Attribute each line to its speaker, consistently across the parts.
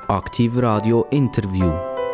Speaker 1: Aktiv Radio Interview.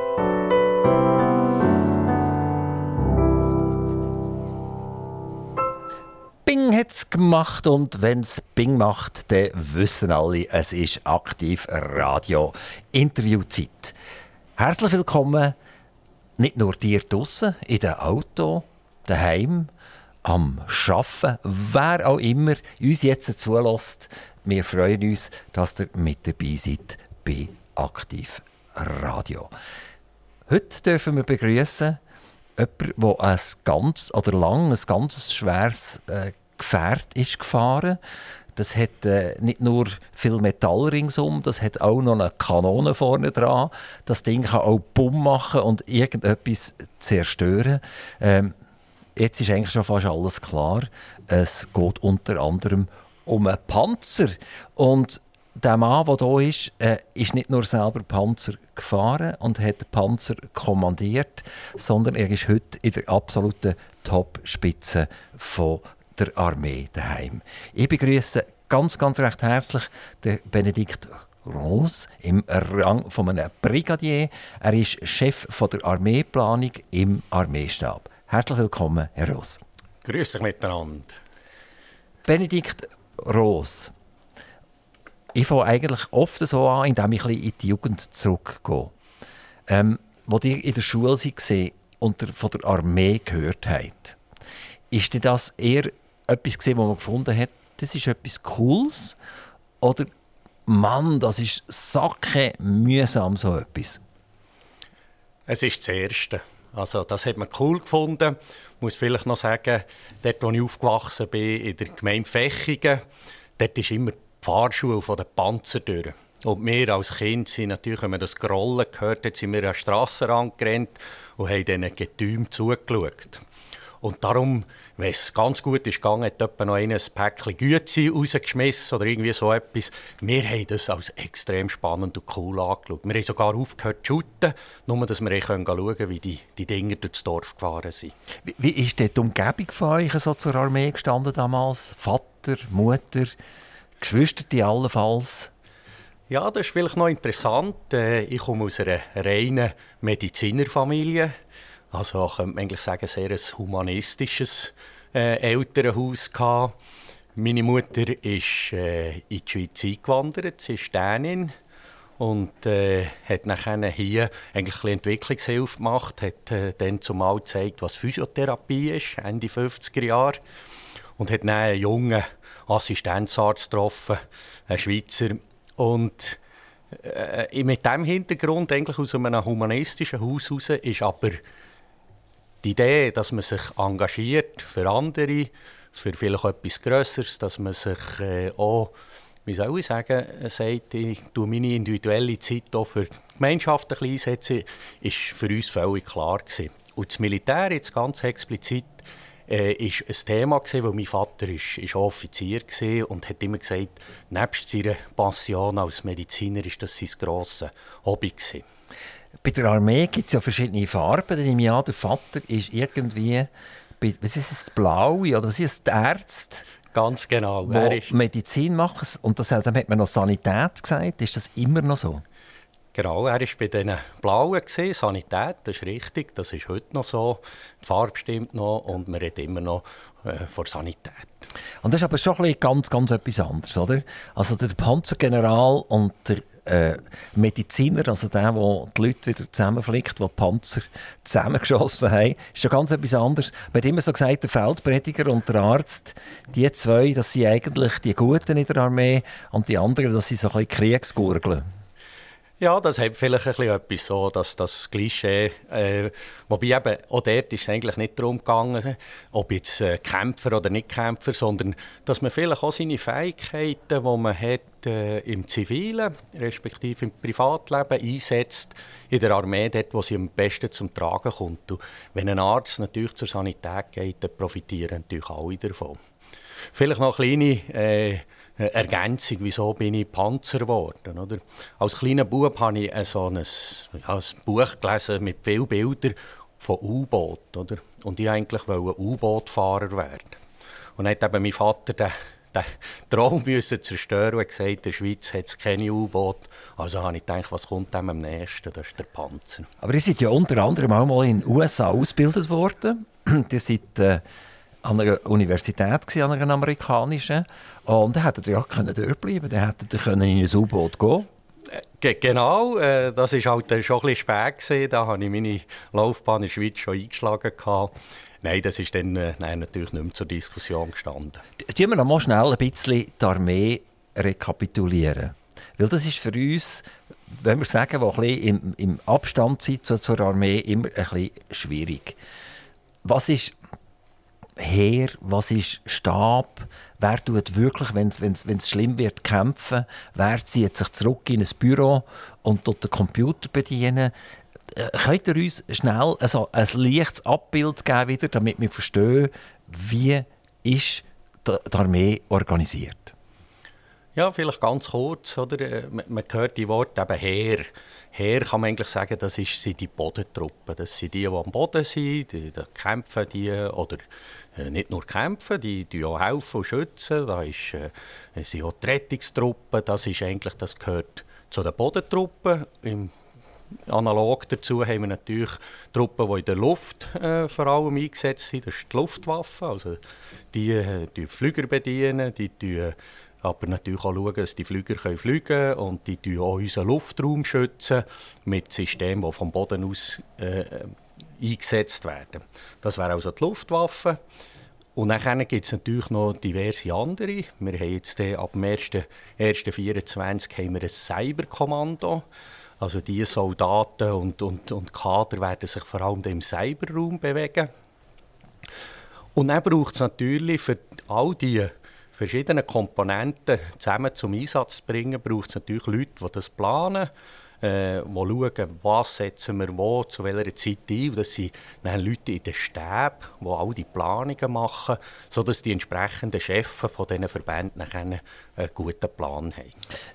Speaker 2: Bing hat's gemacht und wenn's Bing macht, dann wissen alle, es ist Aktiv Radio Interviewzeit. Herzlich willkommen, nicht nur dir draussen, in dem Auto, daheim, am Arbeiten, wer auch immer uns jetzt zulässt. Wir freuen uns, dass ihr mit dabei seid bei Aktiv Radio. Heute dürfen wir begrüßen jemanden, der ein ganz schweres Gefährt ist gefahren. Das hat nicht nur viel Metall ringsum, das hat auch noch eine Kanone vorne dran. Das Ding kann auch Bumm machen und irgendetwas zerstören. Jetzt ist eigentlich schon fast alles klar. Es geht unter anderem um einen Panzer. Und der Mann, der hier ist nicht nur selber Panzer gefahren und hat den Panzer kommandiert, sondern er ist heute in der absoluten Top-Spitze von der Armee daheim. Ich begrüße ganz recht herzlich den Benedikt Roos im Rang von einem Brigadier. Er ist Chef von der Armeeplanung im Armeestab. Herzlich willkommen, Herr Roos.
Speaker 3: Grüß euch miteinander.
Speaker 2: Benedikt Roos. Ich fange eigentlich oft so an, indem ich ein bisschen in die Jugend zurückgehe. Wo ihr in der Schule seid und von der Armee gehört habt. Ist denn das eher etwas gewesen, wo man gefunden hat, das ist etwas Cooles? Oder, Mann, das ist sacke mühsam, so etwas?
Speaker 3: Es ist das Erste. Also, das hat man cool gefunden. Ich muss vielleicht noch sagen, dort, wo ich aufgewachsen bin, in der Gemeinde Fächingen, dort ist immer die Fahrschule von den Panzer durch. Und wir als Kind sind natürlich, wenn man das Grollen gehört hat, sind wir an den Strassenrand gerannt und haben diesen Getümen zugeschaut. Und darum, wenn es ganz gut ist gegangen, hat jemand noch ein Päckchen Güte rausgeschmissen oder irgendwie so etwas. Wir haben das als extrem spannend und cool angeschaut. Wir haben sogar aufgehört zu shooten, nur dass wir schauen können, wie die Dinger durchs Dorf gefahren sind.
Speaker 2: Wie ist denn die Umgebung von euch so zur Armee gestanden damals? Vater, Mutter, Geschwister allenfalls?
Speaker 3: Ja, das ist vielleicht noch interessant. Ich komme aus einer reinen Medizinerfamilie. Also könnte man eigentlich sagen, sehr ein humanistisches Elternhaus gehabt. Meine Mutter ist in die Schweiz eingewandert, sie ist Dänin und hat nachher hier eigentlich ein Entwicklungshilfe gemacht, hat dann zumal gezeigt, was Physiotherapie ist, Ende 50er Jahre, und hat dann einen jungen Assistenzarzt getroffen, einen Schweizer. Und mit diesem Hintergrund, eigentlich aus einem humanistischen Haus heraus, ist aber die Idee, dass man sich engagiert für andere, für vielleicht etwas Grösseres, dass man sich auch, wie soll ich sagen, sagt, ich tue meine individuelle Zeit auch für die Gemeinschaft ein bisschen einsetzen, ist für uns völlig klar gewesen. Und das Militär, jetzt ganz explizit, ist ein Thema gewesen, weil mein Vater ist Offizier war und hat immer gesagt, nebst seiner Passion als Mediziner ist das sein grosses Hobby gewesen.
Speaker 2: Bei der Armee gibt es ja verschiedene Farben. Denn im Jahr der Vater ist irgendwie, was ist es, blaue oder was ist es, die Ärzte?
Speaker 3: Ganz genau.
Speaker 2: Die Medizin machen. Und dann hat man noch Sanität gesagt. Ist das immer noch so?
Speaker 3: Genau, er war bei den Blauen, Sanität, das ist richtig, das ist heute noch so. Die Farbe stimmt noch und man redet immer noch von Sanität.
Speaker 2: Und das ist aber schon ganz etwas anderes, oder? Also der Panzergeneral und der Mediziner, also der die Leute wieder zusammenflickt, die die Panzer zusammengeschossen haben, ist schon ganz etwas anderes. Man hat immer so gesagt, der Feldprediger und der Arzt, die zwei, das sind eigentlich die Guten in der Armee und die anderen, das sind so ein bisschen Kriegsgurgeln.
Speaker 3: Ja, das hat vielleicht ein bisschen etwas so, dass das Klischee, wobei eben auch dort ist es eigentlich nicht darum gegangen, ob jetzt Kämpfer oder nicht Kämpfer, sondern dass man vielleicht auch seine Fähigkeiten, die man hat, im zivilen, respektive im Privatleben einsetzt, in der Armee dort, wo sie am besten zum Tragen kommt. Und wenn ein Arzt natürlich zur Sanität geht, dann profitieren natürlich alle davon. Vielleicht noch eine kleine Ergänzung, wieso bin ich Panzer geworden. Oder? Als kleiner Bub habe ich so ein Buch gelesen mit vielen Bildern von U-Booten. Und ich wollte eigentlich U-Bootfahrer werden. Und dann hat eben mein Vater den Traum müssen zerstören und gesagt, in der Schweiz hat es keine U-Boote. Also habe ich gedacht, was kommt dem am nächsten? Das ist der Panzer.
Speaker 2: Aber ihr seid ja unter anderem auch mal in den USA ausgebildet worden. Ihr seid an einer Universität gewesen, an einer amerikanischen. Und dann hättet ihr ja dort bleiben können. Dann hättet ihr in ein U-Boot gehen.
Speaker 3: Genau, das war halt schon ein bisschen spät gewesen. Da habe ich meine Laufbahn in der Schweiz schon eingeschlagen. Nein, das ist dann natürlich nicht mehr zur Diskussion gestanden.
Speaker 2: Tun wir noch mal schnell ein bisschen die Armee rekapitulieren. Weil das ist für uns, wenn wir sagen, die ein bisschen im Abstand sind zur Armee, immer ein bisschen schwierig. Was ist Heer, was ist Stab? Wer tut wirklich, wenn es schlimm wird, kämpfen? Wer zieht sich zurück in ein Büro und tut den Computer bedienen? Könnt ihr uns schnell ein leichtes Abbild geben, wieder, damit wir verstehen, wie ist die Armee organisiert?
Speaker 3: Ja, vielleicht ganz kurz. Oder? Man hört die Worte eben Heer. Heer kann man eigentlich sagen, das sind die Bodentruppen. Das sind die am Boden sind, die kämpfen, oder nicht nur kämpfen, die auch helfen und schützen. Da sind auch die Rettungstruppen. Das gehört zu den Bodentruppen. Analog dazu haben wir natürlich Truppen, die in der Luft vor allem eingesetzt sind. Das ist die Luftwaffe. Also die Flüger bedienen, die aber natürlich auch schauen, dass die Flüger fliegen können und die schützen auch unseren Luftraum schützen mit Systemen, die vom Boden aus eingesetzt werden. Das wäre also die Luftwaffe. Und dann gibt es natürlich noch diverse andere. Wir haben jetzt ab dem 1.1.24 haben wir ein Cyberkommando. Also die Soldaten und Kader werden sich vor allem im Cyberraum bewegen. Und dann braucht es natürlich für all die verschiedenen Komponenten zusammen zum Einsatz zu bringen, braucht es natürlich Leute, die das planen, die schauen, was setzen wir wo, zu welcher Zeit ein. Und das sind dann Leute in den Stäben, die all die Planungen machen, sodass die entsprechenden Chefs von diesen Verbänden einen guten Plan haben.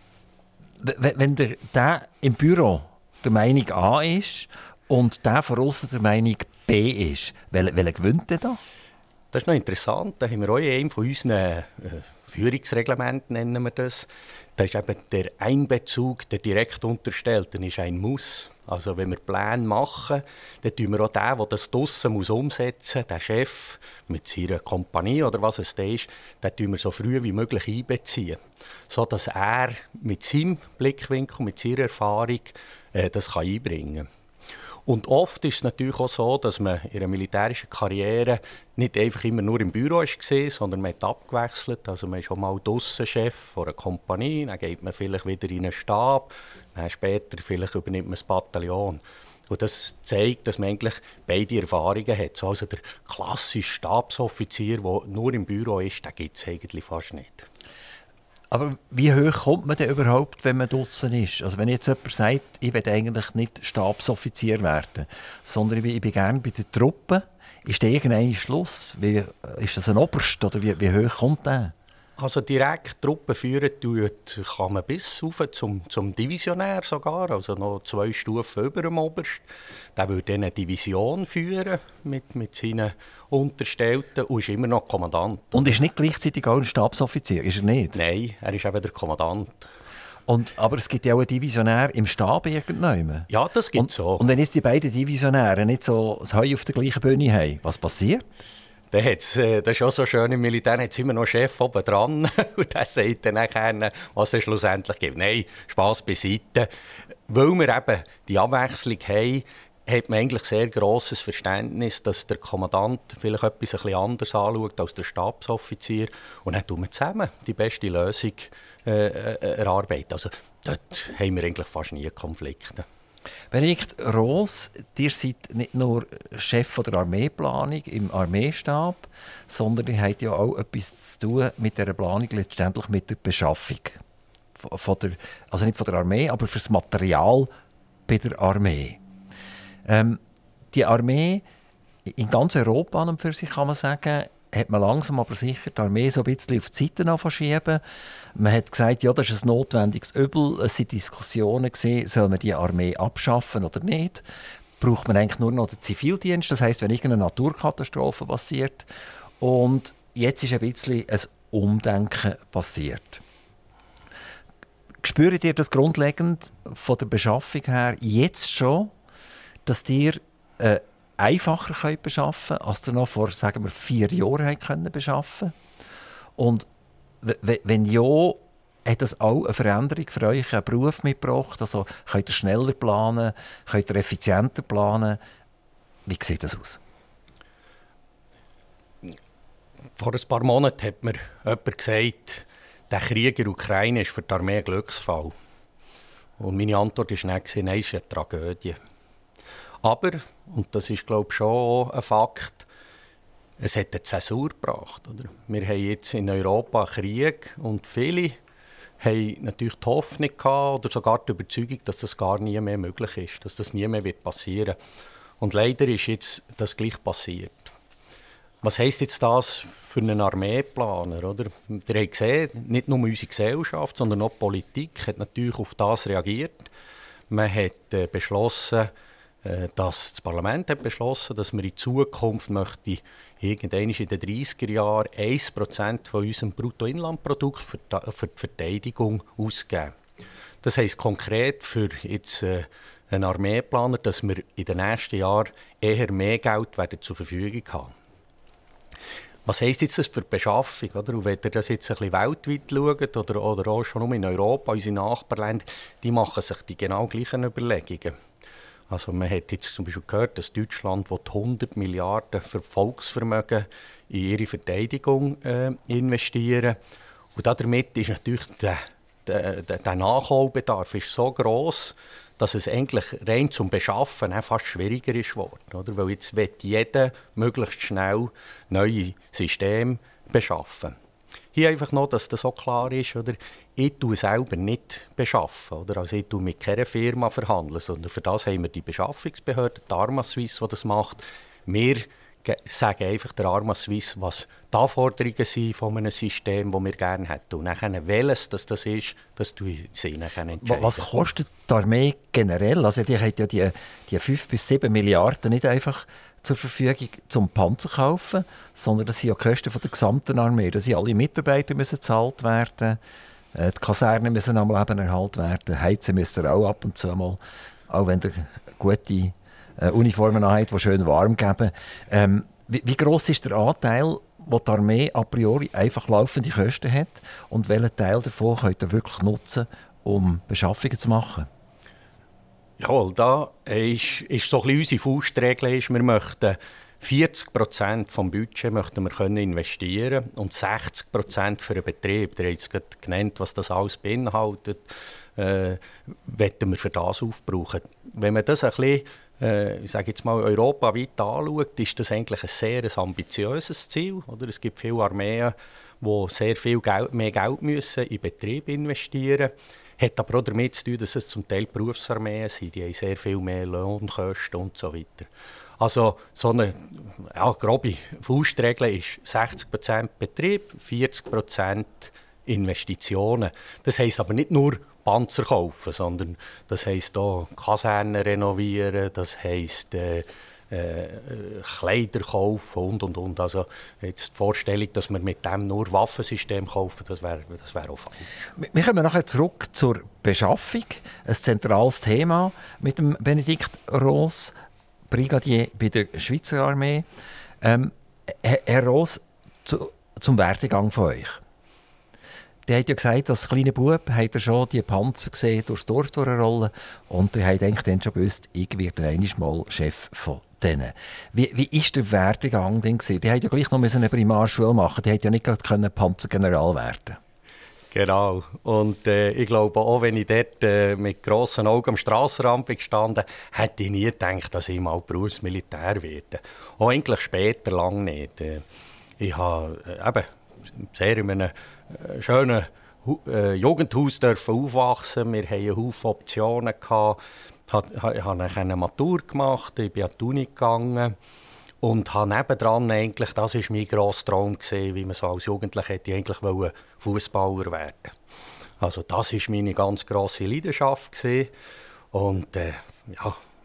Speaker 2: Wenn der im Büro der Meinung A ist und der von außen der Meinung B ist, welcher gewinnt denn da?
Speaker 3: Das ist noch interessant. Da haben wir auch in einem von unseren Führungsreglementen, nennen wir das. Da ist eben der Einbezug der Direktunterstellten ist ein Muss. Also wenn wir Pläne machen, dann tun wir auch den, der das draussen umsetzen muss, den Chef mit seiner Kompanie oder was es da ist, den tun wir so früh wie möglich einbeziehen. Sodass er mit seinem Blickwinkel, mit seiner Erfahrung das einbringen kann. Und oft ist es natürlich auch so, dass man in einer militärischen Karriere nicht einfach immer nur im Büro war, sondern man hat abgewechselt. Also man ist schon mal draussen Chef von einer Kompanie, dann geht man vielleicht wieder in einen Stab, dann später vielleicht übernimmt man das Bataillon. Und das zeigt, dass man eigentlich beide Erfahrungen hat. Also der klassische Stabsoffizier, der nur im Büro ist, den gibt es eigentlich fast nicht.
Speaker 2: Aber wie hoch kommt man denn überhaupt, wenn man draussen ist? Also wenn jetzt jemand sagt, ich will eigentlich nicht Stabsoffizier werden, sondern ich bin gerne bei den Truppen, ist da irgendein Schluss? Ist das ein Oberst oder wie hoch kommt der?
Speaker 3: Also direkt Truppen führen kann man bis rauf zum Divisionär sogar, also noch 2 Stufen über dem Oberst. Der würde eine Division führen mit seinen Unterstellten und ist immer noch Kommandant.
Speaker 2: Und ist nicht gleichzeitig auch ein Stabsoffizier, ist er nicht?
Speaker 3: Nein, er ist eben der Kommandant.
Speaker 2: Aber es gibt ja auch einen Divisionär im Stab irgendwann.
Speaker 3: Ja, das gibt es so.
Speaker 2: Und wenn jetzt die beiden Divisionäre nicht so das Heu auf der gleichen Bühne haben, was passiert?
Speaker 3: Das ist auch so schön im Militär, hat es immer noch einen Chef oben dran und der sagt dann nachher, was es schlussendlich gibt. Nein, Spass beiseite. Weil wir eben die Abwechslung haben, hat man eigentlich sehr grosses Verständnis, dass der Kommandant vielleicht etwas ein bisschen anders anschaut als der Stabsoffizier. Und dann tun wir zusammen die beste Lösung erarbeiten. Also dort haben wir eigentlich fast nie Konflikte.
Speaker 2: Benedikt Roos, ihr seid nicht nur Chef der Armeeplanung im Armeestab, sondern ihr habt ja auch etwas zu tun mit dieser Planung, letztendlich mit der Beschaffung. Also nicht von der Armee, aber für das Material bei der Armee. Die Armee in ganz Europa an und für sich, kann man sagen, hat man langsam aber sicher die Armee so ein bisschen auf die Seite verschieben. Man hat gesagt, ja, das ist ein notwendiges Übel. Es waren Diskussionen, soll man die Armee abschaffen oder nicht. Braucht man eigentlich nur noch den Zivildienst, das heisst, wenn irgendeine Naturkatastrophe passiert. Und jetzt ist ein bisschen ein Umdenken passiert. Spürt ihr das grundlegend von der Beschaffung her jetzt schon, dass ihr einfacher könnt beschaffen könnt, als ihr noch vor, sagen wir, 4 Jahren können beschaffen? Und wenn ja, hat das auch eine Veränderung für euch einen Beruf mitgebracht? Also könnt ihr schneller planen, könnt ihr effizienter planen? Wie sieht das aus?
Speaker 3: Vor ein paar Monaten hat mir jemand gesagt, der Krieg in der Ukraine ist für die Armee ein Glücksfall. Und meine Antwort war dann, nein, es ist eine Tragödie. Aber, und das ist glaube ich schon ein Fakt, es hat eine Zäsur gebracht. Oder? Wir haben jetzt in Europa einen Krieg und viele haben natürlich die Hoffnung gehabt, oder sogar die Überzeugung, dass das gar nie mehr möglich ist, dass das nie mehr passieren wird. Und leider ist jetzt das gleich passiert. Was heisst jetzt das für einen Armeeplaner? Oder? Ihr habt gesehen, nicht nur unsere Gesellschaft, sondern auch die Politik hat natürlich auf das reagiert. Man hat beschlossen, das Parlament hat beschlossen, dass wir in Zukunft möchte irgendwann in den 30er Jahren 1% von unserem Bruttoinlandprodukt für die Verteidigung ausgeben. Das heisst konkret für jetzt einen Armeeplaner, dass wir in den nächsten Jahren eher mehr Geld werden zur Verfügung haben. Was heisst jetzt das für die Beschaffung? Oder? Und wenn ihr das jetzt ein bisschen weltweit schaut, oder auch schon in Europa, unsere Nachbarländer, die machen sich die genau gleichen Überlegungen. Also man hat jetzt zum Beispiel gehört, dass Deutschland 100 Milliarden für Volksvermögen in ihre Verteidigung investieren. Und damit ist natürlich der Nachholbedarf ist so gross, dass es eigentlich rein zum Beschaffen auch fast schwieriger ist geworden. Oder? Weil jetzt will jeder möglichst schnell neue Systeme beschaffen. Hier einfach noch, dass das auch klar ist, oder? Ich tue selber nicht beschaffen. Oder? Also ich tue mit keiner Firma verhandeln, sondern für das haben wir die Beschaffungsbehörde, die Arma Suisse, die das macht. Wir sagen einfach der Arma Suisse, was die Anforderungen sind von einem System, das wir gerne hätten. Und dann welches das ist, das tue ich sie entscheiden.
Speaker 2: Was kostet die Armee generell? Also die hat ja die 5 bis 7 Milliarden nicht einfach zur Verfügung zum Panzer kaufen, sondern das sind ja die Kosten von der gesamten Armee. Da sind alle Mitarbeiter müssen bezahlt werden, die Kasernen müssen am Leben erhalten werden, heizen müssen auch ab und zu mal, auch wenn ihr gute Uniformen anhat, die schön warm geben. Wie gross ist der Anteil, wo die Armee a priori einfach laufende Kosten hat, und welchen Teil davon könnt ihr wirklich nutzen, um Beschaffungen zu machen?
Speaker 3: Jawohl, da ist so ein bisschen unsere Faustregel, wir möchten 40% des Budgets möchten wir können investieren und 60% für den Betrieb. Ihr habt jetzt gerade genannt, was das alles beinhaltet, wollen wir für das aufbrauchen. Wenn man das ein bisschen ich sage jetzt mal, europaweit anschaut, ist das eigentlich ein sehr ambitiöses Ziel. Oder? Es gibt viele Armeen, die sehr viel mehr Geld müssen in Betrieb investieren müssen. Hat aber auch damit zu tun, dass es zum Teil Berufsarmeen sind. Die haben sehr viel mehr Lohnkosten und so weiter. Also so eine grobe Faustregel ist 60% Betrieb, 40% Investitionen. Das heisst aber nicht nur Panzer kaufen, sondern das heisst auch Kasernen renovieren, das heisst Kleider kaufen und. Also jetzt die Vorstellung, dass wir mit dem nur Waffensystem kaufen, das wäre auch falsch.
Speaker 2: Wir kommen nachher zurück zur Beschaffung, ein zentrales Thema mit dem Benedikt Roos, Brigadier bei der Schweizer Armee. Herr Roos, zum Werdegang von euch. Der hat ja gesagt, als kleiner Bub hat er schon die Panzer gesehen, durchs Dorf durchrollen, und er hat eigentlich dann schon gewusst, ich werde einmal Chef von denen. Wie war der Werdegang denn gewesen? Die hat ja gleich noch eine Primarschule machen, die hat ja nicht gerade Panzergeneral werden.
Speaker 3: Genau. Und ich glaube, auch wenn ich dort mit grossen Augen am Strassenrand gestanden bin, hätte ich nie gedacht, dass ich mal Berufsmilitär werde. Auch eigentlich später lang nicht. Ich habe sehr in einem schönen Jugendhaus aufwachsen. Wir hatten einen Haufen Optionen. Ich habe eine Matur gemacht, ich bin an die Uni gegangen und habe nebendran eigentlich, das war mein grosser Traum, wie man so als Jugendlicher hätte, eigentlich Fußballer werden. Also das war meine ganz grosse Leidenschaft. Und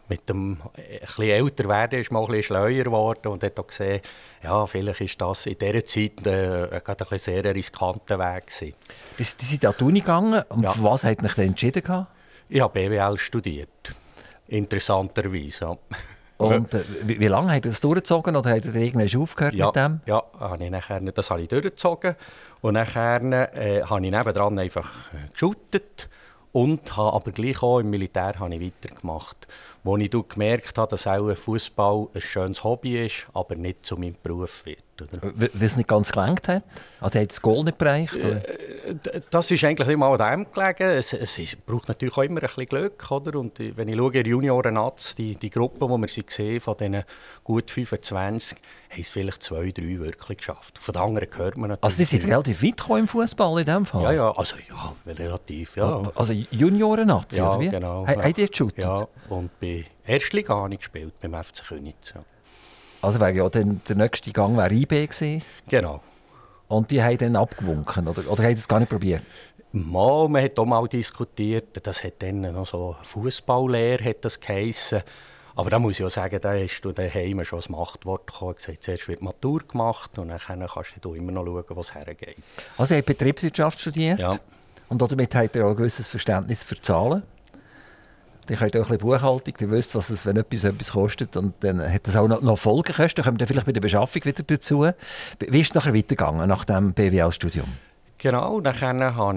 Speaker 3: mit dem etwas älter werden ist man auch ein bisschen schleuer geworden und hat auch gesehen, ja, vielleicht ist das in dieser Zeit gerade ein sehr riskanter Weg gewesen.
Speaker 2: Die sind an die Uni gegangen und
Speaker 3: Ja.
Speaker 2: für was hat ihr denn entschieden gehabt?
Speaker 3: Ich habe BWL studiert, interessanterweise. Ja.
Speaker 2: Und wie lange habt ihr das durchgezogen oder habt ihr irgendwann aufgehört
Speaker 3: Ja,
Speaker 2: mit dem?
Speaker 3: ja, das habe ich durchgezogen. Und nachher habe ich nebendran einfach geshootet und habe aber gleich auch im Militär habe ich weitergemacht. Wo ich gemerkt habe, dass auch Fußball ein schönes Hobby ist, aber nicht zu meinem Beruf wird. Oder?
Speaker 2: Weil es nicht ganz gelangt hat? Also hat das Goal nicht bereicht? Oder?
Speaker 3: Das ist eigentlich immer an dem gelegen. Es braucht natürlich auch immer ein bisschen Glück. Oder? Und wenn ich schaue, in Junioren-Nats, die Gruppe, die wir gesehen von diesen gut 25, haben es vielleicht 2, 3 wirklich geschafft. Von den anderen hört man natürlich.
Speaker 2: Also die sind relativ weit gekommen im Fußball in dem Fall?
Speaker 3: Ja, relativ, ja.
Speaker 2: Also Junioren-Nazi,
Speaker 3: Ja,
Speaker 2: oder wie?
Speaker 3: genau.
Speaker 2: Habt ihr geshootet?
Speaker 3: Ja, und bei Erstliga habe ich gespielt, beim FC Königs. Ja.
Speaker 2: Also wäre ja dann der nächste Gang wäre IB gewesen.
Speaker 3: Genau.
Speaker 2: Und die haben dann abgewunken, oder haben es gar nicht probiert?
Speaker 3: Man hat auch mal diskutiert, das hat dann noch so Fußballlehre hat das geheissen. Aber da muss ich auch sagen, da hast du daheim schon das Machtwort gekommen, gesagt, zuerst wird Matur gemacht und dann kannst du immer noch schauen, wo es hergeht.
Speaker 2: Also ihr habt Betriebswirtschaft studiert
Speaker 3: Ja.
Speaker 2: und damit habt ihr auch ein gewisses Verständnis für Zahlen. Ihr könnt auch ein bisschen Buchhaltung, ihr wisst, was es, wenn etwas kostet und dann hat es auch noch Folgekosten, kommen dann vielleicht bei der Beschaffung wieder dazu. Wie ist es nachher weitergegangen nach dem BWL-Studium?
Speaker 3: Genau, nachher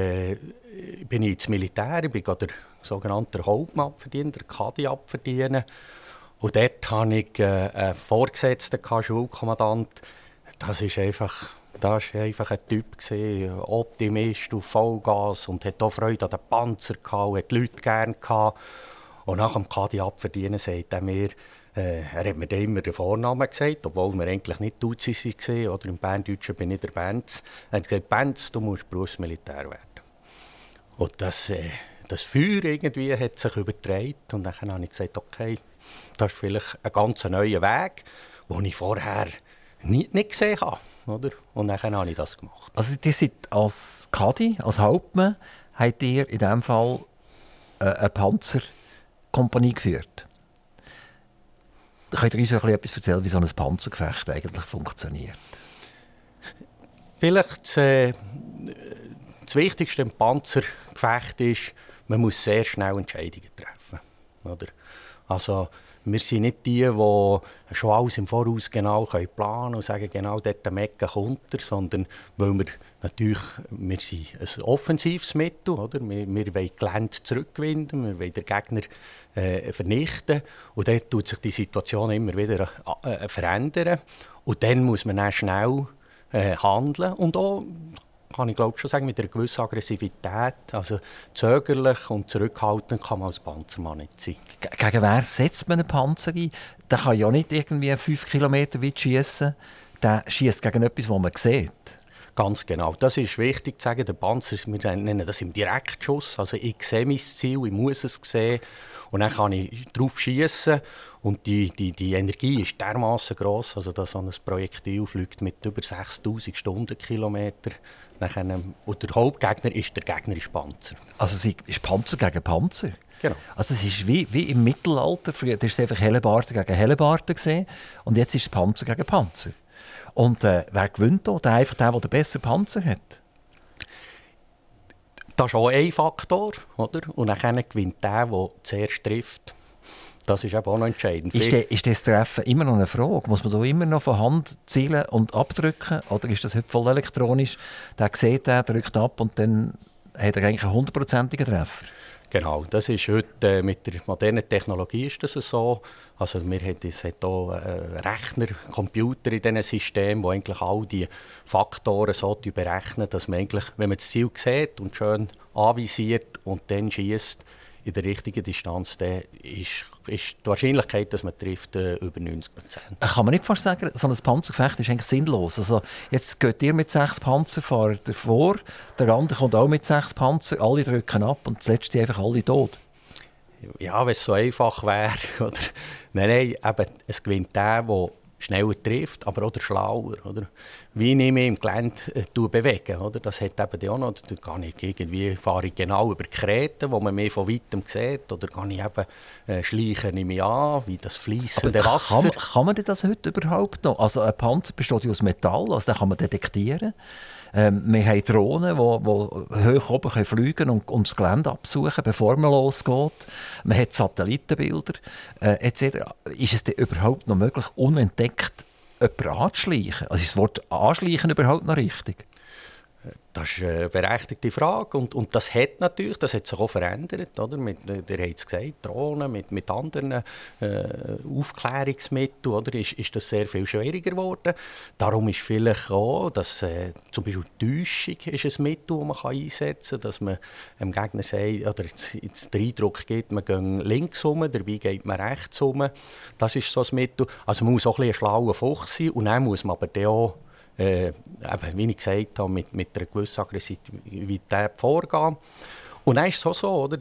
Speaker 3: bin ich ins Militär, ich bin der sogenannte Hauptmann abverdienen, der Kadi abverdienen. Und dort hatte ich einen Vorgesetzten, Schulkommandant. Das war einfach ein Typ, Optimist auf Vollgas und hat auch Freude an den Panzer gehabt, hat die Leute gerne gehabt. Und nach dem Kadi abverdienen sagt er mir, er hat mir dann immer den Vornamen gesagt, obwohl wir eigentlich nicht Duzi waren, oder im Berndeutschen bin ich der Benz. Er hat gesagt, Benz, du musst Berufsmilitär werden. Und das Feuer irgendwie hat sich übertragen und dann habe ich gesagt, okay, das ist vielleicht ein ganz neuer Weg, den ich vorher nicht gesehen habe. Oder? Und dann habe ich das gemacht.
Speaker 2: Also ihr seid als Kadi, als Hauptmann, habt ihr in diesem Fall eine Panzerkompanie geführt. Könnt ihr uns etwas erzählen, wie so ein Panzergefecht eigentlich funktioniert?
Speaker 3: Vielleicht das Wichtigste im Panzergefecht ist, man muss sehr schnell Entscheidungen treffen. Oder? Also, wir sind nicht die schon alles im Voraus genau planen können und sagen, genau dort der Mecke kommt er, sondern weil wir sind ein offensives Mittel, oder? Wir wollen Gelände zurückgewinnen, wir wollen den Gegner vernichten und dort tut sich die Situation immer wieder verändern und dann muss man dann schnell handeln und auch, kann ich glaube schon sagen, mit einer gewissen Aggressivität, also zögerlich und zurückhaltend kann man als Panzermann nicht sein.
Speaker 2: Gegen wer setzt man einen Panzer ein? Der kann ja nicht irgendwie 5 Kilometer weit schiessen. Der schießt gegen etwas, das man sieht.
Speaker 3: Ganz genau. Das ist wichtig zu sagen. Der Panzer, wir nennen das im Direktschuss. Also ich sehe mein Ziel, ich muss es sehen. Und dann kann ich drauf schiessen. Und die Energie ist dermaßen gross, also dass so ein Projektil fliegt mit über 6000 Stundenkilometer. Und der Hauptgegner ist der gegnerische Panzer.
Speaker 2: Also es ist Panzer gegen Panzer?
Speaker 3: Genau.
Speaker 2: Also es ist wie im Mittelalter. Früher war es einfach Hellebarden gegen Hellebarden gesehen. Und jetzt ist es Panzer gegen Panzer. Und wer gewinnt da? Der den besseren Panzer hat?
Speaker 3: Das ist auch ein Faktor, oder? Und dann gewinnt der zuerst trifft. Das ist eben auch noch entscheidend.
Speaker 2: Ist das Treffen immer noch eine Frage? Muss man da immer noch von Hand zielen und abdrücken? Oder ist das heute voll elektronisch? Der sieht, der drückt ab und dann hat er eigentlich einen 100%igen Treffer?
Speaker 3: Genau, das ist heute mit der modernen Technologie ist das so. Also es hat auch Rechner, Computer in diesen Systemen, die eigentlich all die Faktoren so berechnen, dass man eigentlich, wenn man das Ziel sieht und schön anvisiert und dann schießt in der richtigen Distanz, dann ist die Wahrscheinlichkeit, dass man trifft, über 90%.
Speaker 2: Kann man nicht fast sagen, so ein Panzergefecht ist eigentlich sinnlos. Also jetzt geht ihr mit 6 Panzer vor, der andere kommt auch mit 6 Panzer, alle drücken ab und zuletzt sind einfach alle tot.
Speaker 3: Ja, wenn es so einfach wäre. Oder? Nein, eben, es gewinnt der schneller trifft, aber auch der schlauer. Oder? wie ich mich im Gelände bewege. Oder? Das hat eben auch noch, da fahre ich genau über Kreten, wo man mehr von weitem sieht, oder kann ich eben schleichen ich mich an, wie das fließende Wasser.
Speaker 2: Kann man das heute überhaupt noch? Also ein Panzer besteht ja aus Metall, also den kann man detektieren. Wir haben Drohnen, die hoch oben fliegen können und das Gelände absuchen, bevor man losgeht. Man hat Satellitenbilder etc. Ist es denn überhaupt noch möglich, unentdeckt jemanden anzuschleichen? Also ist das Wort «anschleichen» überhaupt noch richtig?
Speaker 3: Das ist eine berechtigte Frage und das hat sich auch verändert. Oder? Ihr habt es gesagt, Drohnen, mit anderen Aufklärungsmitteln oder? Ist das sehr viel schwieriger geworden. Darum ist vielleicht auch, dass zum Beispiel Täuschung ist ein Mittel, das man einsetzen kann, dass man dem Gegner sagt, oder den Eindruck gibt, man geht links rum, dabei geht man rechts rum. Das ist so ein Mittel. Also man muss auch ein schlauer Fuchs sein und dann muss man aber auch wie ich gesagt habe, mit einer gewissen Aggressivität vorgehen. Und dann ist es auch so, oder?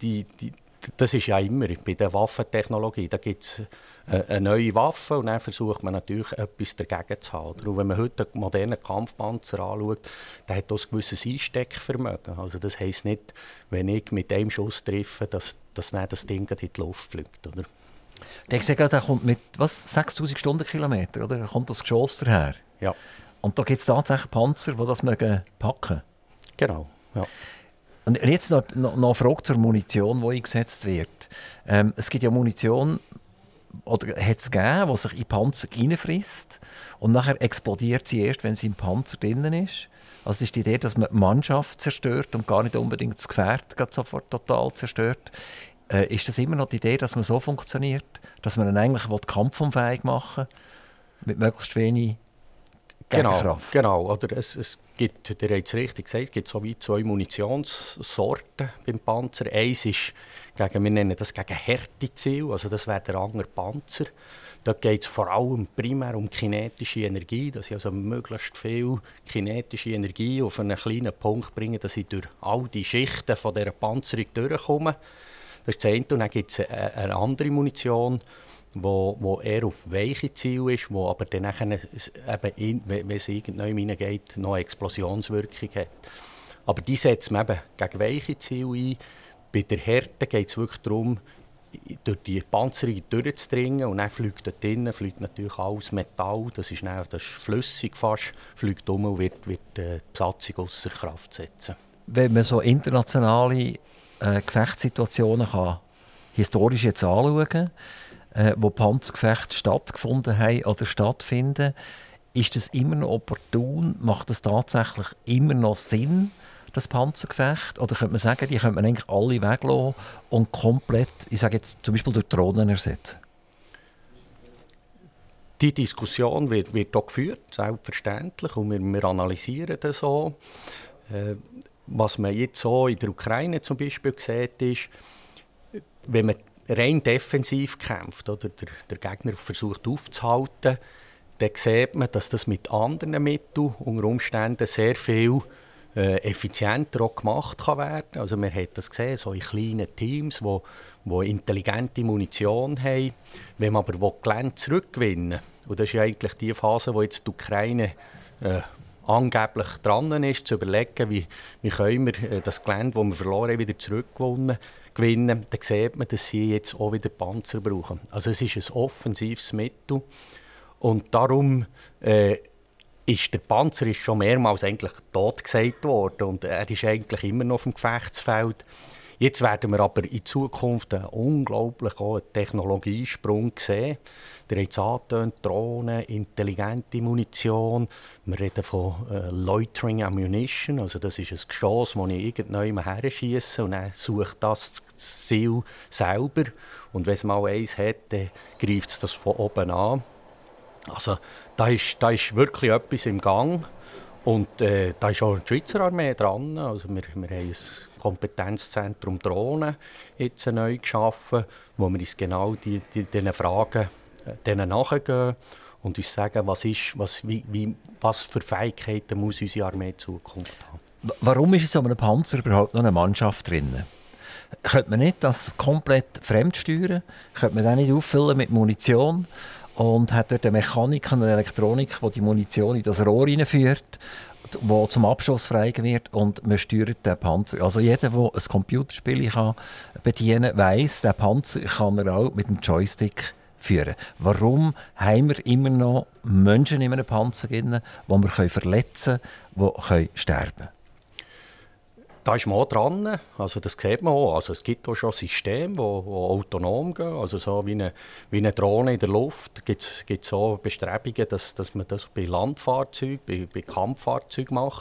Speaker 3: Das ist ja immer bei der Waffentechnologie. Da gibt es eine neue Waffe und dann versucht man natürlich etwas dagegen zu haben. Und wenn man heute einen modernen Kampfpanzer anschaut, der hat auch ein gewisses Einsteckvermögen. Also das heisst nicht, wenn ich mit einem Schuss treffe, dass dann das Ding in die Luft fliegt. Oder?
Speaker 2: Der kommt mit 6000 Stundenkilometer, oder? Da kommt das Geschoss daher.
Speaker 3: Ja.
Speaker 2: Und da gibt es tatsächlich Panzer, die das packen mögen.
Speaker 3: Genau, ja.
Speaker 2: Und jetzt noch eine Frage zur Munition, die eingesetzt wird. Es gibt ja Munition, oder hat es gegeben, die sich in Panzer reinfrisst und nachher explodiert sie erst, wenn sie im Panzer drinnen ist. Also ist die Idee, dass man die Mannschaft zerstört und gar nicht unbedingt das Gefährt sofort total zerstört. Ist das immer noch die Idee, dass man so funktioniert? Dass man dann eigentlich kampfunfähig machen will, mit möglichst wenig Gegenkraft?
Speaker 3: Genau. Oder es gibt, ihr habt es richtig gesagt, es gibt so wie 2 Munitionssorten beim Panzer. Eins ist, wir nennen das gegen Härteziel, also das wäre der andere Panzer. Da geht es vor allem primär um kinetische Energie, dass ich also möglichst viel kinetische Energie auf einen kleinen Punkt bringe, dass ich durch all die Schichten von dieser Panzerung durchkomme. Das ist das eine. Und dann gibt es eine andere Munition, wo eher auf weiche Ziele ist, wo aber dann eben, wenn es irgendwo hineingeht, noch eine Explosionswirkung hat. Aber die setzt man eben gegen weiche Ziele ein. Bei der Härte geht es wirklich darum, durch die Panzerung durchzudringen. Und dann fliegt dort drinnen natürlich alles Metall, das ist flüssig fast, fliegt um und wird die Besatzung außer Kraft setzen.
Speaker 2: Wenn man so internationale Gefechtssituationen historisch jetzt anschauen kann, wo Panzergefechte stattgefunden haben oder stattfinden, ist das immer noch opportun? Macht das tatsächlich immer noch Sinn, das Panzergefecht? Oder könnte man sagen, die könnte man eigentlich alle weglassen und komplett, ich sage jetzt zum Beispiel durch Drohnen ersetzen?
Speaker 3: Die Diskussion wird hier geführt, selbstverständlich, und wir analysieren das auch. Was man jetzt so in der Ukraine zum Beispiel sieht, ist, wenn man rein defensiv kämpft oder der Gegner versucht aufzuhalten, dann sieht man, dass das mit anderen Mitteln unter Umständen sehr viel effizienter auch gemacht kann werden. Also man hat das gesehen, so in kleinen Teams, die intelligente Munition haben. Wenn man aber Gelände zurückgewinnen will, und das ist ja eigentlich die Phase, wo jetzt die Ukraine angeblich dran ist, zu überlegen, wie können wir das Gelände, das wir verloren haben, wieder zurückgewinnen, dann sieht man, dass sie jetzt auch wieder Panzer brauchen. Also es ist ein offensives Mittel und darum ist der Panzer schon mehrmals eigentlich tot gesagt worden und er ist eigentlich immer noch auf dem Gefechtsfeld. Jetzt werden wir aber in Zukunft einen unglaublichen Technologiesprung sehen. Ihr habt es angetönt, Drohnen, intelligente Munition. Wir reden von Loitering Ammunition. Also das ist ein Geschoss, das ich irgendwann her schiesse und dann sucht das Ziel selber. Und wenn es mal eins hat, dann greift es das von oben an. Also da ist wirklich etwas im Gang. Und da ist auch die Schweizer Armee dran. Also wir haben ein Kompetenzzentrum Drohnen jetzt neu geschaffen, wo wir uns genau diesen Fragen nachgehen und uns sagen, was für Fähigkeiten muss unsere Armee in Zukunft haben.
Speaker 2: Warum ist in so einem Panzer überhaupt noch eine Mannschaft drin? Könnte man nicht das komplett fremdsteuern? Könnte man das nicht auffüllen mit Munition? und hat dort eine Mechanik und eine Elektronik, die die Munition in das Rohr reinführt, wo zum Abschuss frei wird und man steuert den Panzer. Also jeder, der ein Computerspiel bedienen kann, weiss, den Panzer kann er auch mit dem Joystick führen. Warum haben wir immer noch Menschen in einem Panzer drin, die wir verletzen können, die sterben können?
Speaker 3: Da ist man auch dran, also das sieht man auch. Also es gibt auch schon Systeme, die autonom gehen, also so wie eine Drohne in der Luft. Gibt es auch Bestrebungen, dass man das bei Landfahrzeugen, bei Kampffahrzeugen macht.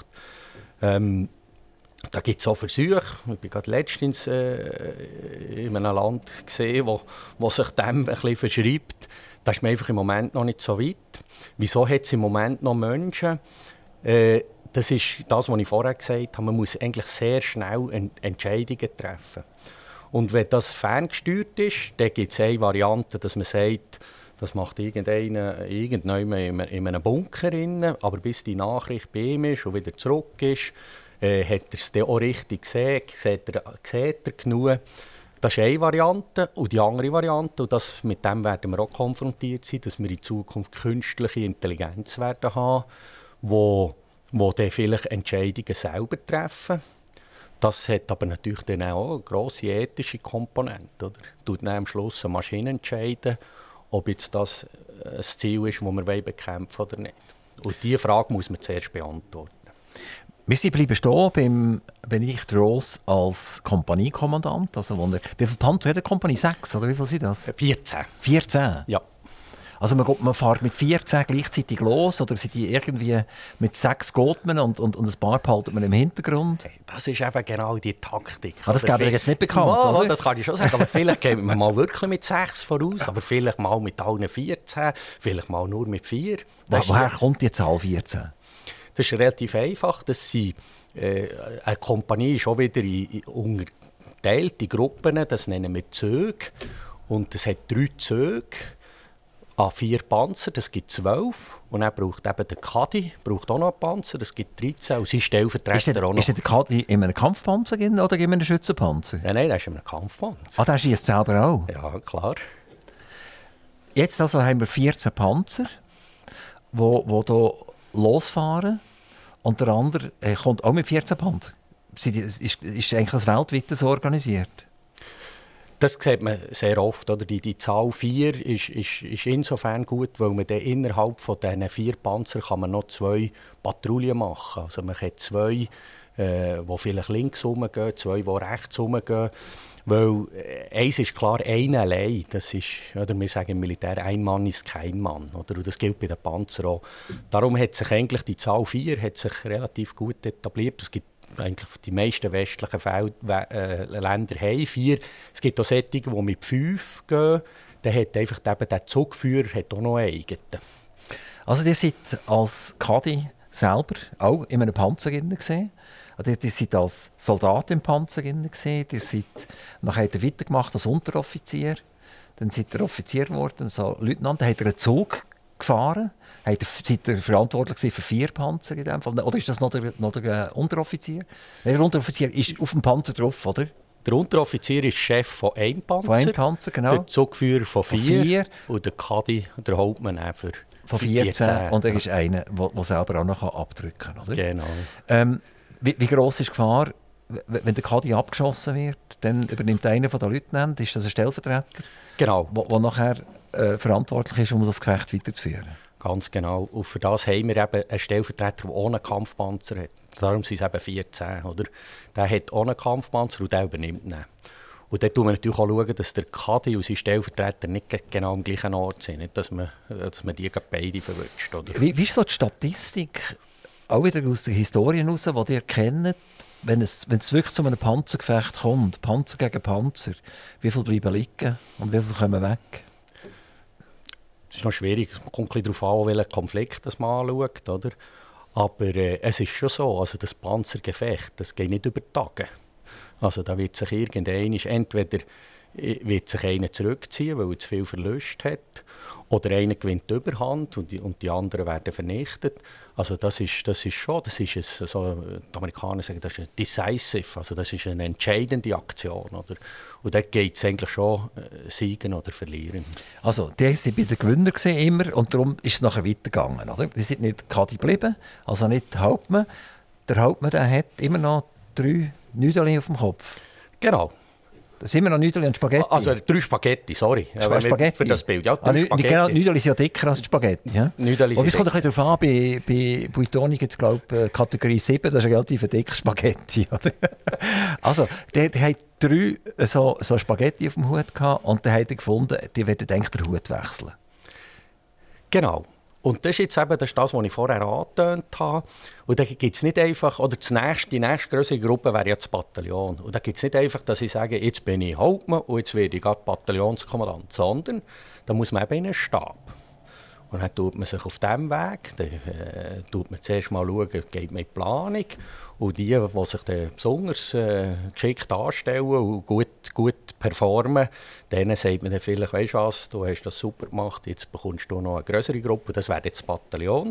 Speaker 3: Da gibt es auch Versuche. Ich war gerade letztens in einem Land gesehen, wo sich dem ein bisschen verschreibt. Da ist man einfach im Moment noch nicht so weit. Wieso hat es im Moment noch Menschen? Das ist das, was ich vorher gesagt habe. Man muss eigentlich sehr schnell Entscheidungen treffen. Und wenn das ferngesteuert ist, dann gibt es eine Variante, dass man sagt, das macht irgendjemand in einem Bunker rein, aber bis die Nachricht bei ihm ist und wieder zurück ist, hat er es dann auch richtig gesehen, sieht er genug. Das ist eine Variante. Und die andere Variante, und mit dem werden wir auch konfrontiert sein, dass wir in Zukunft künstliche Intelligenz werden haben, wo dann vielleicht Entscheidungen selber treffen. Das hat aber natürlich dann auch eine grosse ethische Komponente. Oder? Tut dann am Schluss eine Maschine entscheiden, ob jetzt das ein Ziel ist, das wir bekämpfen wollen oder nicht. Und diese Frage muss man zuerst beantworten.
Speaker 2: Wir bleiben stehen beim Benedikt Ross als Kompaniekommandant. Also wie viele Panzer hat eine Kompanie? 6 oder wie viel sind das?
Speaker 3: 14.
Speaker 2: 14?
Speaker 3: Ja.
Speaker 2: Also man fährt mit 14 gleichzeitig los oder sind die irgendwie mit 6 geht man und ein paar behalten man im Hintergrund?
Speaker 3: Das ist eben genau die Taktik.
Speaker 2: Das gäbe ich jetzt nicht bekannt, oder?
Speaker 3: Das kann ich schon sagen, aber vielleicht gehen wir mal wirklich mit 6 voraus, aber vielleicht mal mit allen 14, vielleicht mal nur mit 4.
Speaker 2: Woher kommt die Zahl 14?
Speaker 3: Das ist relativ einfach. Eine Kompanie ist auch wieder in unterteilte Gruppen, das nennen wir Züge. Und es hat 3 Züge an 4 Panzer, das gibt 12. Und dann braucht eben der Kadi braucht auch noch einen Panzer, das gibt 13. Und sein Stellvertreter auch noch.
Speaker 2: Ist der Kadi in einem Kampfpanzer oder in einem Schützenpanzer?
Speaker 3: Nein, der ist in einem Kampfpanzer.
Speaker 2: Der schießt selber auch?
Speaker 3: Ja, klar.
Speaker 2: Jetzt also haben wir 14 Panzer, die hier losfahren. Und der andere kommt auch mit 14 Panzer. Ist eigentlich das weltweit so organisiert?
Speaker 3: Das sieht man sehr oft. Oder? Die Zahl 4 ist insofern gut, weil man dann innerhalb von diesen 4 Panzer kann man noch 2 Patrouillen machen. Also man hat 2, die vielleicht links rumgehen, 2, die rechts rumgehen. Weil eins ist klar, einer allein, das ist, oder wir sagen im Militär, ein Mann ist kein Mann. Oder? Und das gilt bei den Panzern auch. Darum hat sich eigentlich die Zahl 4 hat sich relativ gut etabliert. Es gibt eigentlich die meisten westlichen Länder haben 4. Es gibt auch solche, die mit 5 gehen. Dann hat einfach eben der Zugführer hat auch noch einen eigenen.
Speaker 2: Also ihr seid als Kadi selber auch in einem Panzer gesehen? Ihr seid als Soldat im Panzer gesehen, ihr seid nachher weitergemacht als Unteroffizier, dann seid ihr Offizier geworden, so Leutnant, dann habt ihr einen Zug gefahren, seid ihr verantwortlich für 4 Panzer in dem Fall, oder ist das noch der Unteroffizier? Der Unteroffizier ist auf dem Panzer drauf, oder?
Speaker 3: Der Unteroffizier ist Chef von einem Panzer,
Speaker 2: von einem Panzer genau.
Speaker 3: Der Zugführer von 4 und der Kadi, der Hauptmann auch für
Speaker 2: von 14. Und er ist einer, der selber auch noch abdrücken kann, oder?
Speaker 3: Genau.
Speaker 2: Wie gross ist die Gefahr, wenn der Kadi abgeschossen wird, dann übernimmt einer der Leutnanten, ist das ein Stellvertreter?
Speaker 3: Genau.
Speaker 2: Der nachher verantwortlich ist, um das Gefecht weiterzuführen?
Speaker 3: Ganz genau. Und für das haben wir eben einen Stellvertreter, der ohne Kampfpanzer hat. Darum sind es eben 14. Oder? Der hat ohne Kampfpanzer und der übernimmt ihn. Und dann schauen wir natürlich auch, dass der Kadi und sein Stellvertreter nicht genau am gleichen Ort sind. Nicht, dass man die beide verwünscht. Oder?
Speaker 2: Wie ist so die Statistik, auch wieder aus der Historie heraus, die ihr kennt, wenn es wirklich zu einem Panzergefecht kommt, Panzer gegen Panzer, wie viele bleiben liegen und wie viele kommen weg?
Speaker 3: Das ist noch schwierig. Es kommt ein bisschen darauf an, welchen Konflikt das man anschaut. Oder? Aber es ist schon so, also das Panzergefecht, das geht nicht über Tage. Also da wird sich irgendwann entweder wird sich einer zurückziehen, weil er zu viel Verluste hat. Oder einer gewinnt die Überhand und die anderen werden vernichtet. Also das ist schon, die Amerikaner sagen, das ist decisive, also das ist eine entscheidende Aktion. Oder? Und dort geht es eigentlich schon siegen oder verlieren.
Speaker 2: Also, die waren bei den Gewinnern immer und darum ist es nachher weitergegangen. Oder? Die sind nicht Kadi geblieben, also nicht der Hauptmann. Der Hauptmann der hat immer noch 3 Nüdeli auf dem Kopf.
Speaker 3: Genau.
Speaker 2: Das sind immer noch Nüdeli und Spaghetti.
Speaker 3: Also 3 Spaghetti, sorry.
Speaker 2: Spaghetti?
Speaker 3: Für das Bild, ja. 3 Spaghetti.
Speaker 2: Genau, Nüdeli sind ja dicker als die Spaghetti. Ja?
Speaker 3: Nüdeli
Speaker 2: und es kommt ein bisschen darauf an, bei Buitoni gibt es, glaube ich, Kategorie 7, das ist ein relativ dicker Spaghetti. Oder? Also, der hat 3 so Spaghetti auf dem Hut gehabt und der hat gefunden, die werden eigentlich den Hut wechseln.
Speaker 3: Genau. Und das ist jetzt eben das, was ich vorher angetönt habe. Und da gibt es nicht einfach, oder die nächste größere Gruppe wäre ja das Bataillon. Und da gibt es nicht einfach, dass ich sage, jetzt bin ich Hauptmann und jetzt werde ich gerade Bataillonskommandant, sondern da muss man eben in einen Stab. Und dann tut man sich auf diesem Weg, tut man zuerst mal schauen, geht man in die Planung. Und die sich dann besonders geschickt anstellen und gut performen, denen sagt man dann vielleicht, weißt du was, du hast das super gemacht, jetzt bekommst du noch eine größere Gruppe, das wäre jetzt das Bataillon.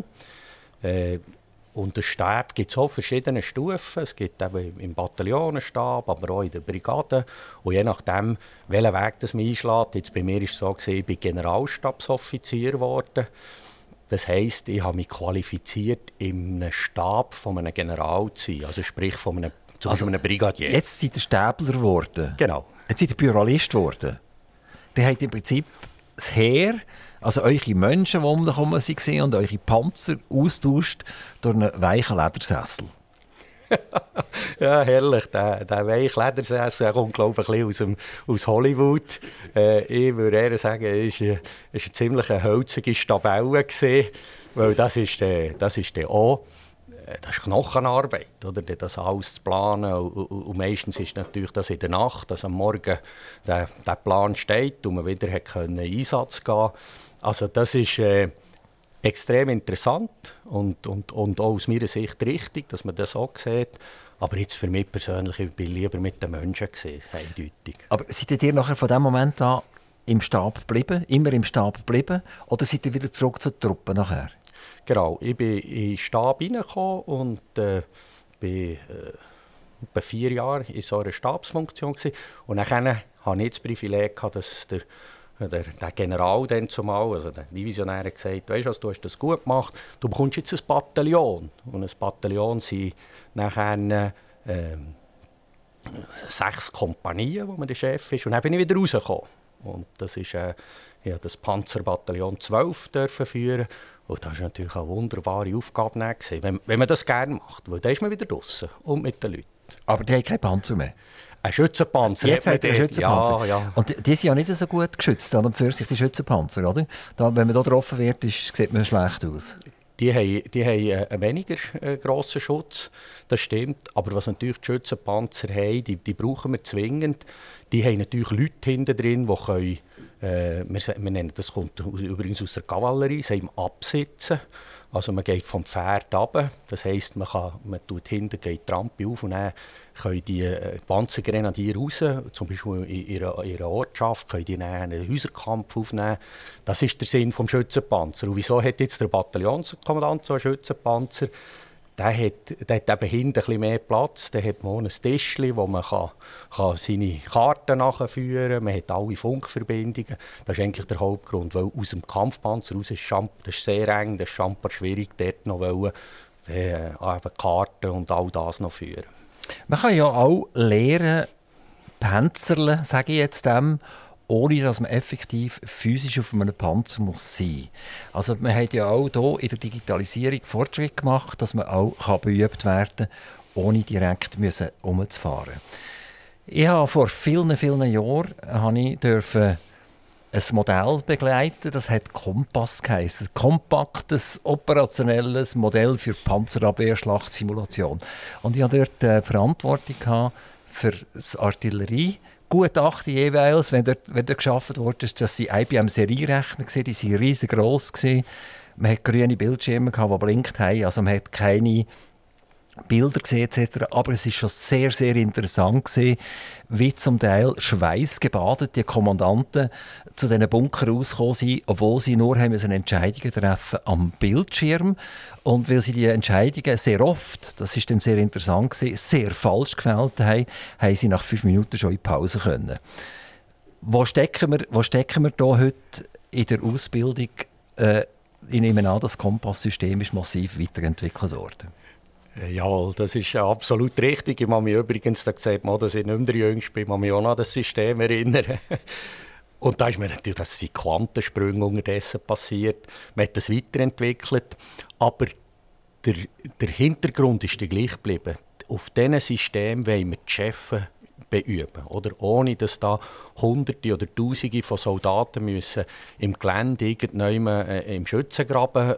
Speaker 3: Und den Stab gibt es auch verschiedene Stufen. Es gibt eben im Bataillon einen Stab, aber auch in der Brigade. Und je nachdem, welchen Weg das man einschlägt, jetzt bei mir war es so, ich bin Generalstabsoffizier geworden. Das heisst, ich habe mich qualifiziert, in einem Stab von einem General zu sein, also sprich von einem Brigadier.
Speaker 2: Jetzt seid ihr Stäbler geworden.
Speaker 3: Genau.
Speaker 2: Jetzt seid ihr Pluralist geworden. Der hat im Prinzip das Heer, also eure Menschen, die umgekommen waren, und eure Panzer austauscht durch einen weichen Ledersessel.
Speaker 3: Ja, herrlich. Der weiche Ledersessel kommt, glaube ich, ein bisschen aus Hollywood. Ich würde eher sagen, es war eine ziemlich hölzige Stabelle, weil das ist Knochenarbeit, oder? Das alles zu planen. Und meistens ist natürlich das in der Nacht, dass am Morgen der Plan steht und man wieder in Einsatz gehen konnte. Also das ist extrem interessant und auch aus meiner Sicht richtig, dass man das auch sieht. Aber jetzt für mich persönlich, ich bin lieber mit den Menschen gesehen, eindeutig.
Speaker 2: Aber seid ihr nachher von dem Moment an im Stab geblieben, immer im Stab geblieben, oder seid ihr wieder zurück zur Truppe nachher?
Speaker 3: Genau, ich bin in den Stab reingekommen und bin etwa 4 Jahre in so einer Stabsfunktion gewesen. Und dann hatte ich das Privileg gehabt, dass der General dann zumal, also der Divisionär, hat gesagt, weißt du was, du hast das gut gemacht, du bekommst jetzt ein Bataillon. Und ein Bataillon sind nachher 6 Kompanien, wo man der Chef ist. Und dann bin ich wieder rausgekommen. Und das ist das Panzerbataillon 12 führen. Und das war natürlich eine wunderbare Aufgabe, wenn man das gerne macht. Weil dann ist man wieder draussen und mit den Leuten.
Speaker 2: Aber die haben keinen Panzer mehr?
Speaker 3: Ein Schützenpanzer.
Speaker 2: Jetzt hat er einen Schützenpanzer.
Speaker 3: Ja.
Speaker 2: Und die sind ja nicht so gut geschützt, an und für sich, die Schützenpanzer, oder? Wenn man da getroffen wird, sieht man schlecht aus.
Speaker 3: Die haben einen weniger grossen Schutz, das stimmt. Aber was natürlich die Schützenpanzer haben, die brauchen wir zwingend. Die haben natürlich Leute hinten drin, die können, wir nennen das, kommt übrigens aus der Kavallerie, sie absitzen. Also man geht vom Pferd runter, das heisst, man tut hinten die Rampe auf und dann können die Panzergrenadier raus, zum Beispiel in ihrer Ortschaft, können die einen Häuserkampf aufnehmen. Das ist der Sinn des Schützenpanzers. Und wieso hat jetzt der Bataillonskommandant so einen Schützenpanzer? Der hat eben hinten ein bisschen mehr Platz. Da hat man auch ein Tischchen, wo man seine Karten nachführen kann. Man hat alle Funkverbindungen. Das ist eigentlich der Hauptgrund. Weil aus dem Kampfpanzer raus ist das sehr eng, das ist schon schwierig, dort noch Karten und all das noch führen.
Speaker 2: Man kann ja auch lernen, Panzerle, sage ich jetzt dem, ohne dass man effektiv physisch auf einem Panzer muss sein. Also man hat ja auch hier in der Digitalisierung Fortschritt gemacht, dass man auch beübt werden kann, ohne direkt herumzufahren. Ich habe vor vielen, vielen Jahren ein Modell begleiten, das hat Kompass geheißen. Kompaktes, operationelles Modell für Panzerabwehr-Schlachtsimulation. Und ich hatte dort Verantwortung für das Artillerie-Gutachten jeweils, wenn dort geschaffen wurde, das waren IBM-Serierechner, die waren riesengroß. Man hatte grüne Bildschirme, die blinkt haben, also man hat keine Bilder gesehen etc. Aber es ist schon sehr, sehr interessant gewesen, wie zum Teil schweißgebadet die Kommandanten zu diesen Bunker rausgekommen sind, obwohl sie nur haben Entscheidungen treffen am Bildschirm. Und weil sie die Entscheidungen sehr oft, das ist dann sehr interessant gewesen, sehr falsch gefällt haben, haben sie nach 5 Minuten schon in die Pause können. Wo stecken wir da heute in der Ausbildung? Ich nehme an, das Kompasssystem ist massiv weiterentwickelt worden.
Speaker 3: Ja, das ist absolut richtig. Ich kann mich übrigens, da sieht man, dass ich nicht mehr der Jüngste bin, mich auch noch an das System erinnern. Und da ist mir natürlich, dass die Quantensprünge unterdessen passiert. Man hat das weiterentwickelt, aber der Hintergrund ist der gleich geblieben. Auf diesen Systemen wollen wir die Chefs beüben, oder? Ohne dass da Hunderte oder Tausende von Soldaten müssen im Gelände im Schützengraben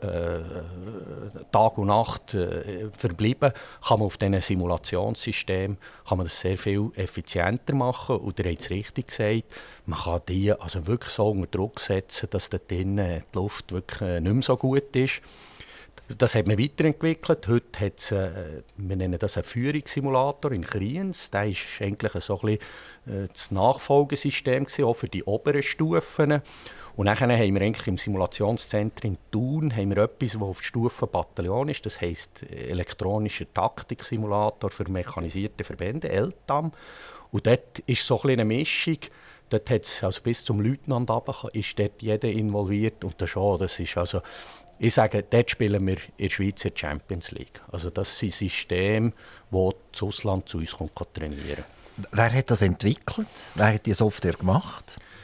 Speaker 3: Tag und Nacht verbleiben, kann man auf diesen Simulationssystemen das sehr viel effizienter machen. Und ihr habt es richtig gesagt, man kann die also wirklich so unter Druck setzen, dass da drinnen die Luft wirklich nicht mehr so gut ist. Das hat man weiterentwickelt. Heute hat es, wir nennen das einen Führungssimulator in Kriens. Der ist eigentlich so ein bisschen das Nachfolgesystem gewesen, auch für die oberen Stufen. Und dann haben wir eigentlich im Simulationszentrum in Thun haben wir etwas, das auf Stufe Bataillon ist. Das heisst elektronischer Taktiksimulator für mechanisierte Verbände, ELTAM. Und dort ist so ein bisschen eine Mischung. Dort hat es, also bis zum Leutnant runter, ist dort jeder involviert. Und das ist also, ich sage, dort spielen wir in der Schweizer Champions League. Also das sind Systeme, die das Ausland zu uns trainieren kann.
Speaker 2: Wer hat das entwickelt? Wer hat die Software gemacht?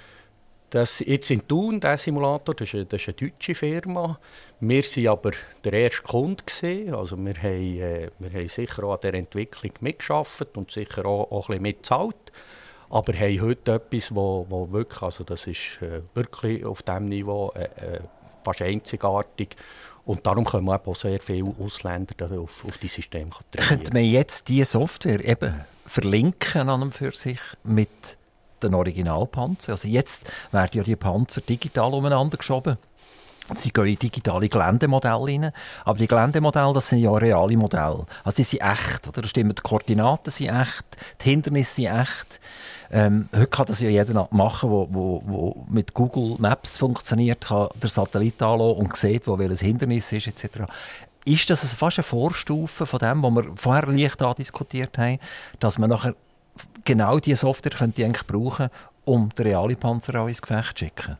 Speaker 3: Das jetzt in Thun, der Simulator, das ist eine deutsche Firma. Wir waren aber der erste Kunde gewesen. Also wir haben sicher auch an der Entwicklung mitgearbeitet und sicher auch ein bisschen mitgezahlt. Aber wir haben heute etwas, wo wirklich, also das ist wirklich auf diesem Niveau fast einzigartig. Und darum können wir auch sehr viele Ausländer auf die Systeme trainieren.
Speaker 2: Könnte man jetzt diese Software eben verlinken an und für sich mit den Originalpanzern? Also jetzt werden ja die Panzer digital umeinander geschoben. Sie gehen in digitale Geländemodelle rein. Aber die Geländemodelle, das sind ja reale Modelle. Also die sind echt. Oder? Das stimmt, die Koordinaten sind echt, die Hindernisse sind echt. Heute kann das ja jeder machen, der mit Google Maps funktioniert, kann den Satellit anschauen und sieht, wo welches Hindernis ist, etc. Ist das fast eine Vorstufe von dem, was wir vorher leicht diskutiert haben, dass man nachher genau diese Software könnte eigentlich brauchen, um den realen Panzer auch ins Gefecht zu schicken?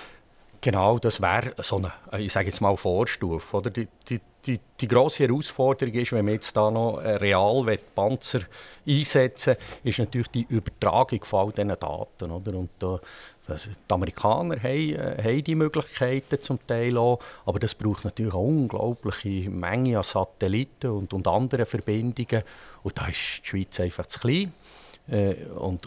Speaker 3: Genau, das wäre so eine, ich sage jetzt mal, Vorstufe. Oder? Die grosse Herausforderung ist, wenn wir jetzt da noch real Panzer einsetzen will, ist natürlich die Übertragung von all diesen Daten. Oder? Und die Amerikaner haben die Möglichkeiten zum Teil auch, aber das braucht natürlich eine unglaubliche Menge an Satelliten und anderen Verbindungen. Und da ist die Schweiz einfach zu klein. Und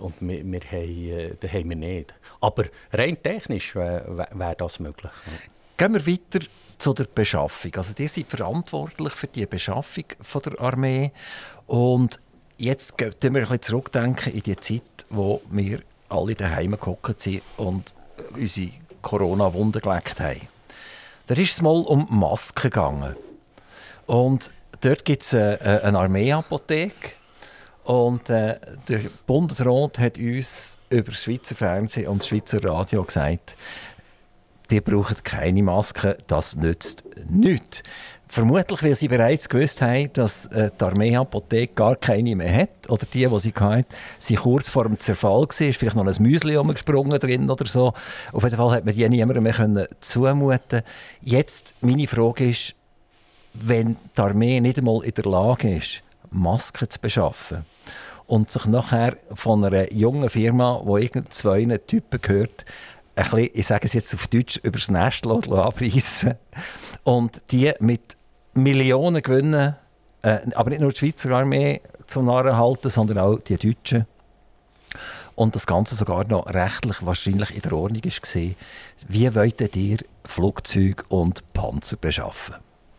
Speaker 3: das haben wir nicht. Aber rein technisch wäre das möglich.
Speaker 2: Gehen wir weiter zu der Beschaffung. Also die sind verantwortlich für die Beschaffung von der Armee. Und jetzt denken wir ein bisschen zurückdenken in die Zeit, wo wir alle daheim gehockt sind und unsere Corona-Wunden gelegt haben. Da ist es mal um Masken gegangen. Und dort gibt es eine Armeeapotheke. Und der Bundesrat hat uns über das Schweizer Fernsehen und das Schweizer Radio gesagt, die brauchen keine Maske, das nützt nichts. Vermutlich, weil sie bereits gewusst haben, dass die Armeeapotheke gar keine mehr hat. Oder die sie hatte, sie kurz vor dem Zerfall war. Ist vielleicht noch ein Müsli umgesprungen drin oder so. Auf jeden Fall hat man die niemandem mehr zumuten. Jetzt, meine Frage ist, wenn die Armee nicht einmal in der Lage ist, Masken zu beschaffen und sich nachher von einer jungen Firma, die irgend-zwei Typen gehört, ein bisschen, ich sage es jetzt auf Deutsch, übers Nest abreißen und die mit Millionen gewinnen, aber nicht nur die Schweizer Armee zum Narren halten, sondern auch die Deutschen. Und das Ganze sogar noch rechtlich wahrscheinlich in der Ordnung war. Wie wollt ihr Flugzeuge und Panzer beschaffen?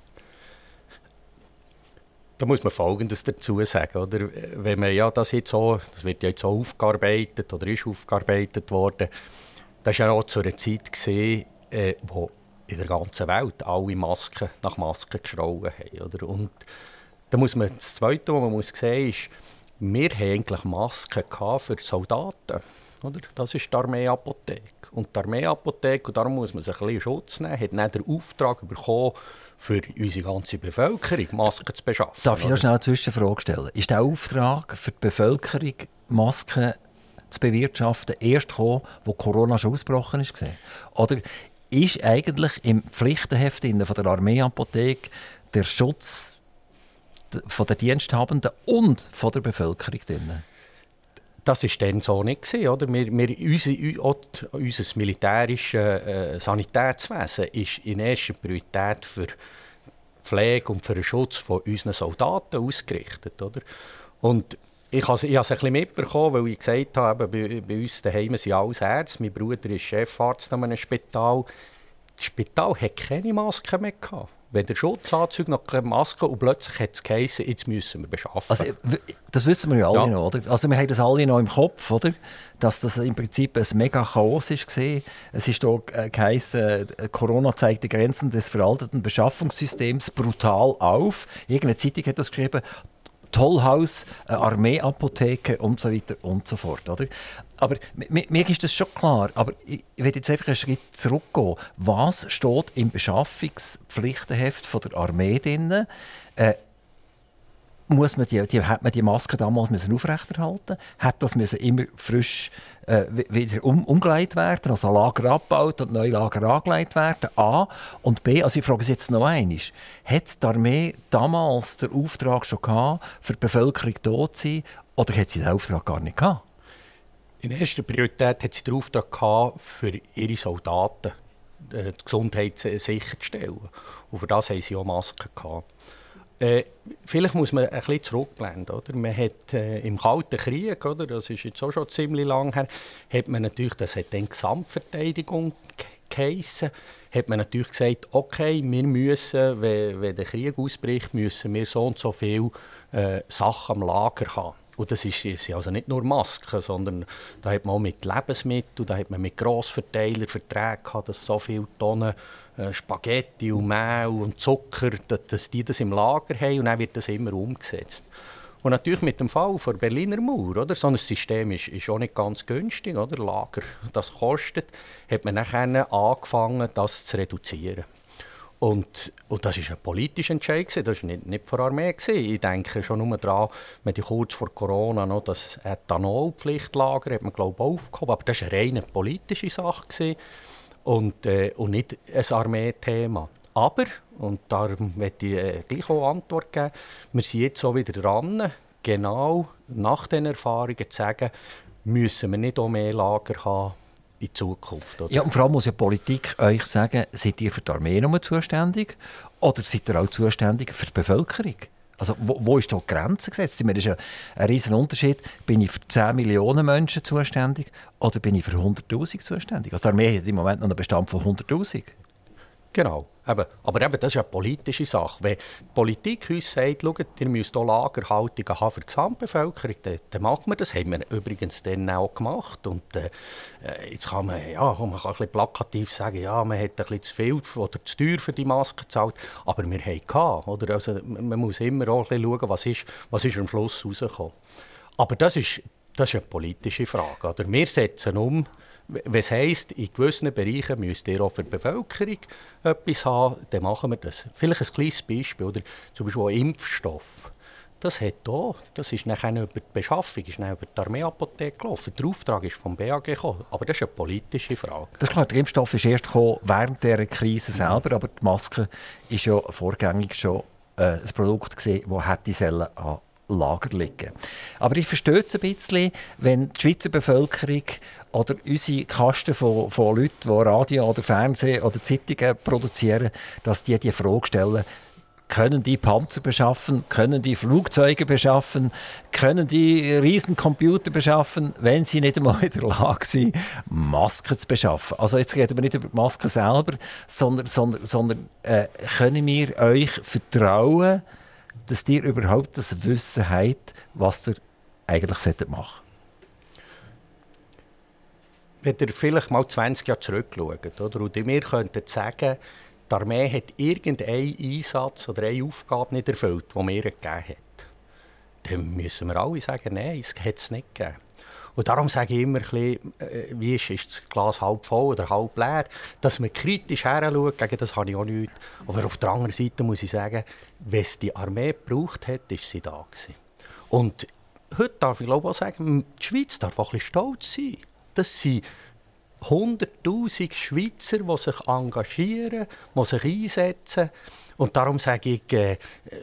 Speaker 3: Da muss man Folgendes dazu sagen. Oder? Wenn man das wird ja jetzt auch aufgearbeitet oder ist aufgearbeitet worden, das war ja auch zu einer Zeit, wo in der ganzen Welt alle Masken nach Masken geschrauen haben. Oder? Und Das Zweite, was man muss sehen muss, ist, wir haben eigentlich Masken für Soldaten. Oder? Das ist die Armeeapotheke. Und die Armeeapotheke, und darum muss man sich ein bisschen Schutz nehmen, hat dann den Auftrag bekommen, für unsere ganze Bevölkerung Masken zu beschaffen.
Speaker 2: Darf ich noch schnell eine Zwischenfrage stellen? Ist der Auftrag für die Bevölkerung, Masken zu bewirtschaften, erst gekommen, wo Corona schon ausgebrochen ist? Oder ist eigentlich im Pflichtenheft von der Armeeapotheke der Schutz von der Diensthabenden und von der Bevölkerung drin?
Speaker 3: Das war dann so nicht, oder? Unser militärisches Sanitätswesen ist in erster Priorität für die Pflege und für den Schutz von unseren Soldaten ausgerichtet, oder? Und ich habe es ein bisschen mitbekommen, weil ich gesagt habe, bei uns daheim sind alles Ärzte. Mein Bruder ist Chefarzt an einem Spital. Das Spital hatte keine Maske mehr gehabt. Wenn der Schutzanzug nach einer Maske und plötzlich hat es geheißen, jetzt müssen wir beschaffen.
Speaker 2: Also, das wissen wir ja alle noch, oder? Also wir haben das alle noch im Kopf, oder? Dass das im Prinzip ein mega Chaos war. Es ist hier geheißen, Corona zeigt die Grenzen des veralteten Beschaffungssystems brutal auf. Irgendeine Zeitung hat das geschrieben. Tollhaus, Armeeapotheke und so weiter und so fort. Oder? Aber mir ist das schon klar. Aber ich will jetzt einfach einen Schritt zurückgehen. Was steht im Beschaffungspflichtenheft von der Armee drin? Hat man die Maske damals aufrechterhalten? Hat das immer frisch wieder umgelegt werden, also Lager abgebaut und neue Lager angelegt werden? A. Und B, also ich frage es jetzt noch einmal, hat die Armee damals den Auftrag schon gehabt, für die Bevölkerung da zu sein, oder hat sie den Auftrag gar nicht gehabt?
Speaker 3: In erster Priorität hat sie den Auftrag gehabt, für ihre Soldaten die Gesundheit sicherzustellen. Und für das haben sie auch Masken gehabt. Vielleicht muss man ein bisschen zurückblenden. Oder? Man hat im Kalten Krieg, oder? Das ist jetzt auch schon ziemlich lang her, hat man natürlich, das hat dann Gesamtverteidigung geheissen, hat man natürlich gesagt, okay, wir müssen, wenn der Krieg ausbricht, müssen wir so und so viele Sachen am Lager haben. Und das sind also nicht nur Masken, sondern da hat man auch mit Lebensmitteln, da hat man mit Grossverteilern Verträge gehabt, dass so viele Tonnen Spaghetti und Mehl und Zucker, dass die das im Lager haben und dann wird das immer umgesetzt. Und natürlich mit dem Fall der Berliner Mauer, oder? So ein System ist auch nicht ganz günstig, oder? Lager, das kostet, hat man dann angefangen, das zu reduzieren. Und das war ein politischer Entscheid, das war nicht von der Armee. Ich denke schon nur daran, wenn die kurz vor Corona noch das Ethanolpflichtlager hat man, glaube ich, aufgehoben, aber das war eine reine politische Sache und nicht ein Armeethema. Aber, und darum möchte ich gleich auch Antwort geben, wir sind jetzt auch wieder dran, genau nach den Erfahrungen zu sagen, müssen wir nicht auch mehr Lager haben in Zukunft. Oder?
Speaker 2: Ja, und vor allem muss ja die Politik euch sagen, seid ihr für die Armee nur zuständig oder seid ihr auch zuständig für die Bevölkerung? Also wo ist da die Grenze gesetzt? Das ist ja ein riesen Unterschied. Bin ich für 10 Millionen Menschen zuständig oder bin ich für 100'000 zuständig? Also die Armee hat im Moment noch einen Bestand von 100'000.
Speaker 3: Genau. Aber das ist eine politische Sache. Wenn die Politik uns sagt, schaut, ihr müsst hier Lagerhaltungen haben für die Gesamtbevölkerung, dann machen wir das. Das haben wir übrigens dann auch gemacht. Und jetzt kann man, man kann ein bisschen plakativ sagen, ja, man hat ein bisschen zu viel oder zu teuer für die Maske gezahlt. Aber wir haben gehabt, oder? Also, man muss immer auch ein bisschen schauen, was ist am Schluss rausgekommen. Aber das ist eine politische Frage. Oder? Wir setzen um. Was heisst, in gewissen Bereichen müsst ihr auch für die Bevölkerung etwas haben, dann machen wir das. Vielleicht ein kleines Beispiel, oder zum Beispiel ein Impfstoff. Das ist nachher über die Beschaffung, ist über die Armeeapotheke gelaufen. Der Auftrag ist vom BAG gekommen, aber das ist eine politische Frage.
Speaker 2: Das ist klar, der Impfstoff ist erst gekommen während dieser Krise selber, aber die Maske ist ja vorgängig schon ein Produkt gewesen, das hätte an Lager liegen. Aber ich verstehe es ein bisschen, wenn die Schweizer Bevölkerung oder unsere Kasten von Leuten, die Radio oder Fernsehen oder Zeitungen produzieren, dass die Frage stellen, können die Panzer beschaffen, können die Flugzeuge beschaffen, können die riesen Computer beschaffen, wenn sie nicht einmal in der Lage sind, Masken zu beschaffen. Also jetzt reden wir nicht über die Masken selber, sondern können wir euch vertrauen, dass ihr überhaupt das Wissen habt, was ihr eigentlich machen solltet.
Speaker 3: Wenn ihr vielleicht mal 20 Jahre zurückschaut, oder? Und wir könnten sagen, die Armee hat irgendeinen Einsatz oder eine Aufgabe nicht erfüllt, die mir gegeben hat, dann müssen wir alle sagen, nein, es hat es nicht gegeben. Und darum sage ich immer ein bisschen, wie ist das Glas halb voll oder halb leer, dass man kritisch heranschaut, gegen das habe ich auch nichts. Aber auf der anderen Seite muss ich sagen, wenn es die Armee gebraucht hat, war sie da gewesen. Und heute darf ich glaube auch sagen, die Schweiz darf auch ein bisschen stolz sein. Das sind 100'000 Schweizer, die sich engagieren, die sich einsetzen. Und darum sage ich, wir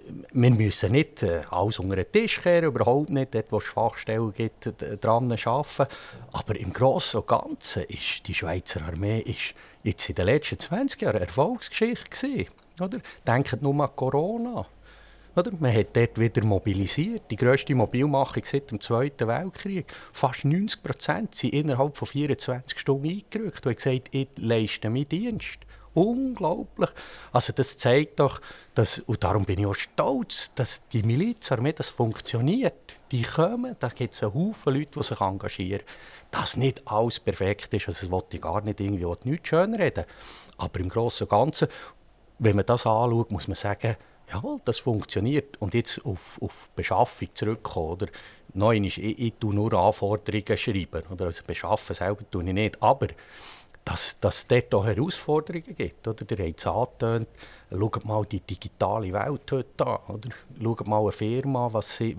Speaker 3: müssen nicht alles unter den Tisch kehren, überhaupt nicht, dort wo es Schwachstellen gibt, daran arbeiten. Aber im Großen und Ganzen ist die Schweizer Armee jetzt in den letzten 20 Jahren eine Erfolgsgeschichte gewesen, oder? Denkt nur an Corona. Oder? Man hat dort wieder mobilisiert. Die grösste Mobilmachung seit dem Zweiten Weltkrieg. Fast 90% sind innerhalb von 24 Stunden eingerückt und haben gesagt, ich leiste meinen Dienst. Unglaublich. Also das zeigt doch, und darum bin ich auch stolz, dass die Milizarmee, das funktioniert. Die kommen, da gibt es einen Haufen Leute, die sich engagieren. Dass nicht alles perfekt ist, also das wollte ich gar nicht irgendwie nichts schönreden. Aber im Großen und Ganzen, wenn man das anschaut, muss man sagen, jawohl, das funktioniert. Und jetzt auf Beschaffung zurückkommen. Oder? Nein, ich tue nur Anforderungen schreiben. Oder? Also beschaffen selber tue ich nicht. Aber dass es dort auch Herausforderungen gibt. Oder? Ihr habt es angetönt. Schaut mal die digitale Welt heute an. Oder? Schaut mal eine Firma, was die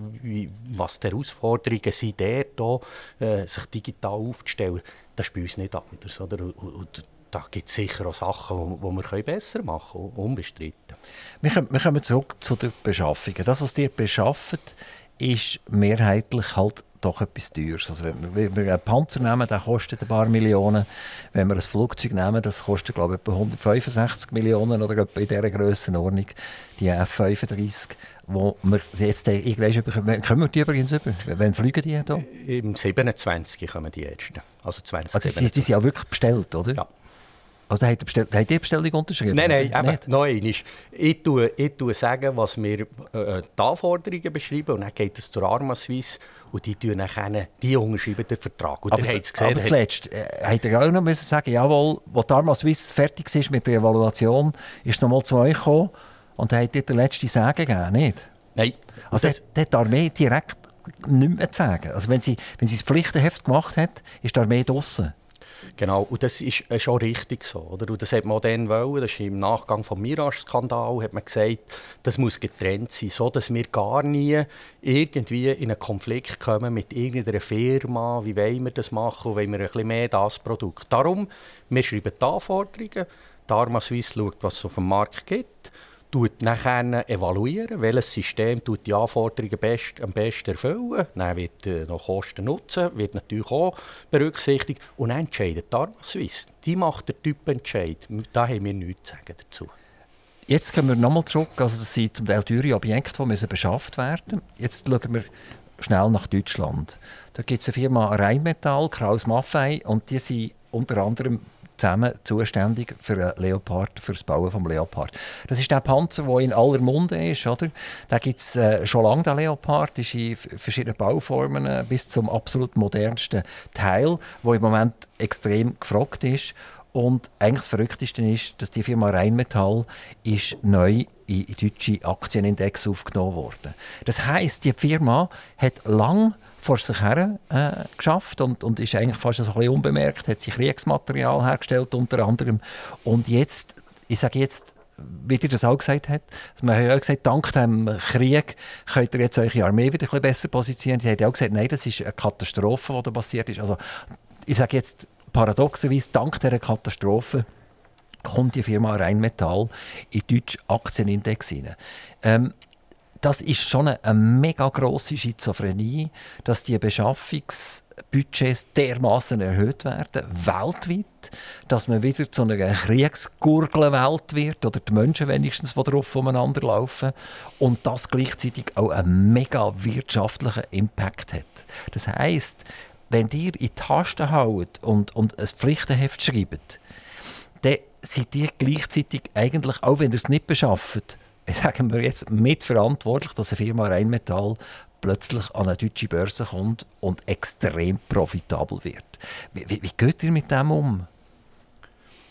Speaker 3: Herausforderungen sind, dort auch, sich digital aufzustellen. Das ist bei uns nicht anders. Oder? Und da gibt es sicher auch Sachen, die wir besser machen können, unbestritten.
Speaker 2: Wir kommen zurück zu den Beschaffungen. Das, was ihr beschafft, ist mehrheitlich halt doch etwas Teures. Also wenn wir einen Panzer nehmen, der kostet ein paar Millionen. Wenn wir ein Flugzeug nehmen, das kostet glaube ich etwa 165 Millionen oder etwa in dieser Grössenordnung. Die F-35, wo wir jetzt irgendwann bekommen. Kommen wir die übrigens über? Wann fliegen die hier?
Speaker 3: Im 27 kommen die ersten. Also 2027.
Speaker 2: Also die sind ja wirklich bestellt, oder?
Speaker 3: Ja.
Speaker 2: Also habt ihr die Bestellung unterschrieben?
Speaker 3: Nein, eben, noch einmal. Ich tue sagen, was wir die Anforderungen beschreiben, und dann geht es zur Arma Suisse und die unterschreiben den Vertrag. Und
Speaker 2: aber zuletzt habt ihr auch noch müssen sagen, jawohl, als die Arma Suisse fertig war mit der Evaluation, ist es nochmal zu euch gekommen und habt ihr den letzten Sagen gegeben, nicht?
Speaker 3: Nein.
Speaker 2: Also hat die Armee direkt nicht mehr zu sagen. Also wenn sie das Pflichtenheft gemacht hat, ist die Armee draussen.
Speaker 3: Genau, und das ist schon richtig so. Oder? Und das hat man auch dann wollen, das ist im Nachgang vom Mirage-Skandal, hat man gesagt, das muss getrennt sein, so dass wir gar nie irgendwie in einen Konflikt kommen mit irgendeiner Firma, wie wollen wir das machen, und wollen wir ein bisschen mehr das Produkt. Darum, wir schreiben die Anforderungen, die Arma Suisse schaut, was es auf dem Markt gibt, tut nachher evaluieren, welches System tut die Anforderungen am besten erfüllen. Dann wird noch Kosten-Nutzen, wird natürlich auch berücksichtigt. Und dann entscheidet die Arma Suisse. Die macht den Typentscheid. Da haben wir nichts zu sagen dazu.
Speaker 2: Jetzt kommen wir nochmal zurück. Also das sind zum Teil teure Objekte, die beschafft werden müssen. Jetzt schauen wir schnell nach Deutschland. Da gibt es eine Firma Rheinmetall, Kraus Maffei, und die sind unter anderem zusammen zuständig für einen Leopard, für das Bauen des Leopard. Das ist der Panzer, der in aller Munde ist. Oder? Da gibt es schon lange, den Leopard, ist in verschiedenen Bauformen bis zum absolut modernsten Teil, der im Moment extrem gefragt ist. Und eigentlich das Verrückteste ist, dass die Firma Rheinmetall ist neu in den deutschen Aktienindex aufgenommen wurde. Das heisst, die Firma hat lange vor sich her geschafft und ist eigentlich fast so ein bisschen unbemerkt, hat sich Kriegsmaterial hergestellt unter anderem. Und jetzt, ich sage jetzt, wie ihr das auch gesagt habt, man hat ja auch gesagt, dank dem Krieg könnt ihr jetzt eure Armee wieder ein bisschen besser positionieren. Die haben ja auch gesagt, nein, das ist eine Katastrophe, die da passiert ist. Also ich sage jetzt paradoxerweise, dank dieser Katastrophe kommt die Firma Rheinmetall in den deutschen Aktienindex hinein. Das ist schon eine mega grosse Schizophrenie, dass die Beschaffungsbudgets dermaßen erhöht werden, weltweit, dass man wieder zu einer Kriegsgurgelwelt wird, oder die Menschen wenigstens, die drauf umeinander laufen, und das gleichzeitig auch einen mega wirtschaftlichen Impact hat. Das heisst, wenn ihr in die Tasten haut und ein Pflichtenheft schreibt, dann seid ihr gleichzeitig eigentlich, auch wenn ihr es nicht beschafft, sagen wir jetzt mitverantwortlich, dass eine Firma Rheinmetall plötzlich an eine deutsche Börse kommt und extrem profitabel wird. Wie geht ihr mit dem um?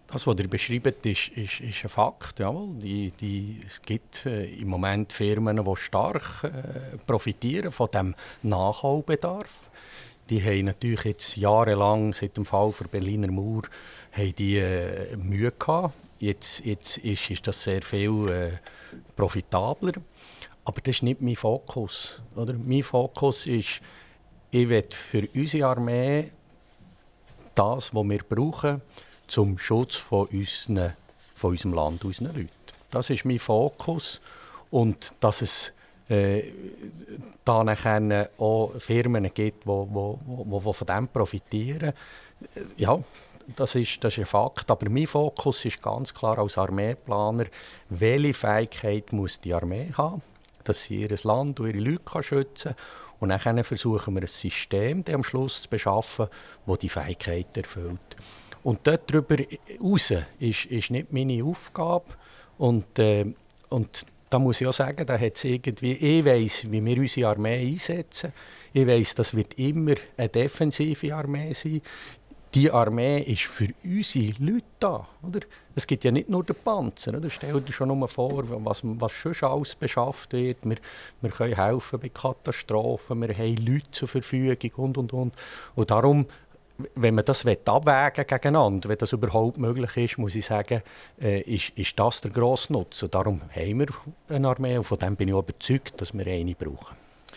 Speaker 3: Das, was ihr beschreibt, ist ein Fakt. Jawohl. Es gibt im Moment Firmen, die stark profitieren von dem Nachholbedarf. Die haben natürlich jetzt jahrelang, seit dem Fall der Berliner Mauer, haben die, Mühe gehabt. Jetzt ist das sehr viel profitabler. Aber das ist nicht mein Fokus. Oder? Mein Fokus ist, ich will für unsere Armee das, was wir brauchen, zum Schutz von unserem Land, unseren Leuten. Das ist mein Fokus. Und dass es da nachher auch Firmen gibt, die von dem profitieren, ja, das ist ein Fakt. Aber mein Fokus ist ganz klar als Armeeplaner, welche Fähigkeit muss die Armee haben, dass sie ihr Land und ihre Leute schützen kann. Und dann versuchen wir ein System am Schluss zu beschaffen, das die Fähigkeit erfüllt. Und dort darüber hinaus ist nicht meine Aufgabe. Und da muss ich auch sagen, da hat's irgendwie, ich weiss, wie wir unsere Armee einsetzen. Ich weiss, das wird immer eine defensive Armee sein. Die Armee ist für unsere Leute da. Oder? Es gibt ja nicht nur den Panzer. Oder? Stell dir schon nur vor, was sonst alles beschafft wird. Wir können helfen bei Katastrophen, wir haben Leute zur Verfügung und. Und darum, wenn man das abwägen gegeneinander, wenn das überhaupt möglich ist, muss ich sagen, ist das der grosse Nutzen. Darum haben wir eine Armee und von dem bin ich überzeugt, dass wir eine brauchen.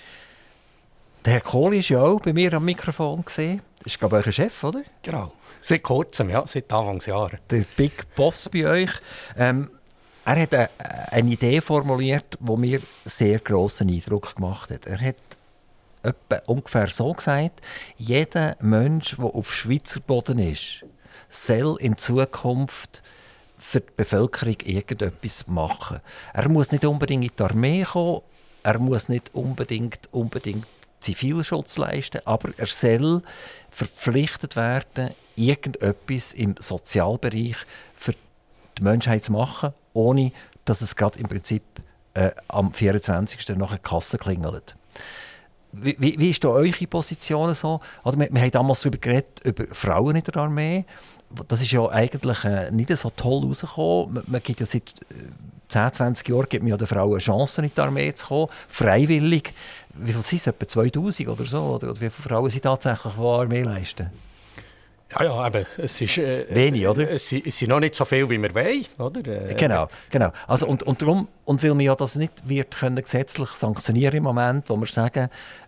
Speaker 2: Der Herr Kohli war ja auch bei mir am Mikrofon. Das ist, glaube ich, euer Chef, oder?
Speaker 3: Genau. Seit kurzem, ja, seit Anfangsjahren.
Speaker 2: Der Big Boss bei euch. Er hat eine Idee formuliert, die mir sehr grossen Eindruck gemacht hat. Er hat ungefähr so gesagt, jeder Mensch, der auf Schweizer Boden ist, soll in Zukunft für die Bevölkerung irgendetwas machen. Er muss nicht unbedingt in die Armee kommen, er muss nicht unbedingt Zivilschutz leisten, aber er soll verpflichtet werden, irgendetwas im Sozialbereich für die Menschheit zu machen, ohne dass es gerade im Prinzip am 24. nach der Kasse klingelt. Wie ist da eure Position so? Oder wir haben damals darüber geredet, über Frauen in der Armee. Das ist ja eigentlich nicht so toll rausgekommen. Man gibt ja seit 10, 20 Jahren gibt man ja den Frauen Chancen, in die Armee zu kommen, freiwillig. Wie viel sind es? Etwa 2000 oder so? Oder wie viele Frauen sind tatsächlich, die Armee leisten?
Speaker 3: Ja, aber es ist
Speaker 2: wenig, oder?
Speaker 3: Es sind noch nicht so viel, wie wir wollen, oder?
Speaker 2: Genau. Also, und darum, und weil man ja das nicht wird können gesetzlich sanktionieren im Moment, wo wir sagen,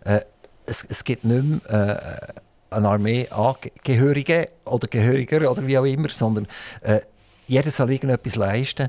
Speaker 2: es gibt nicht mehr eine Armee-Angehörige oder Gehöriger oder wie auch immer, sondern jeder soll irgendetwas leisten.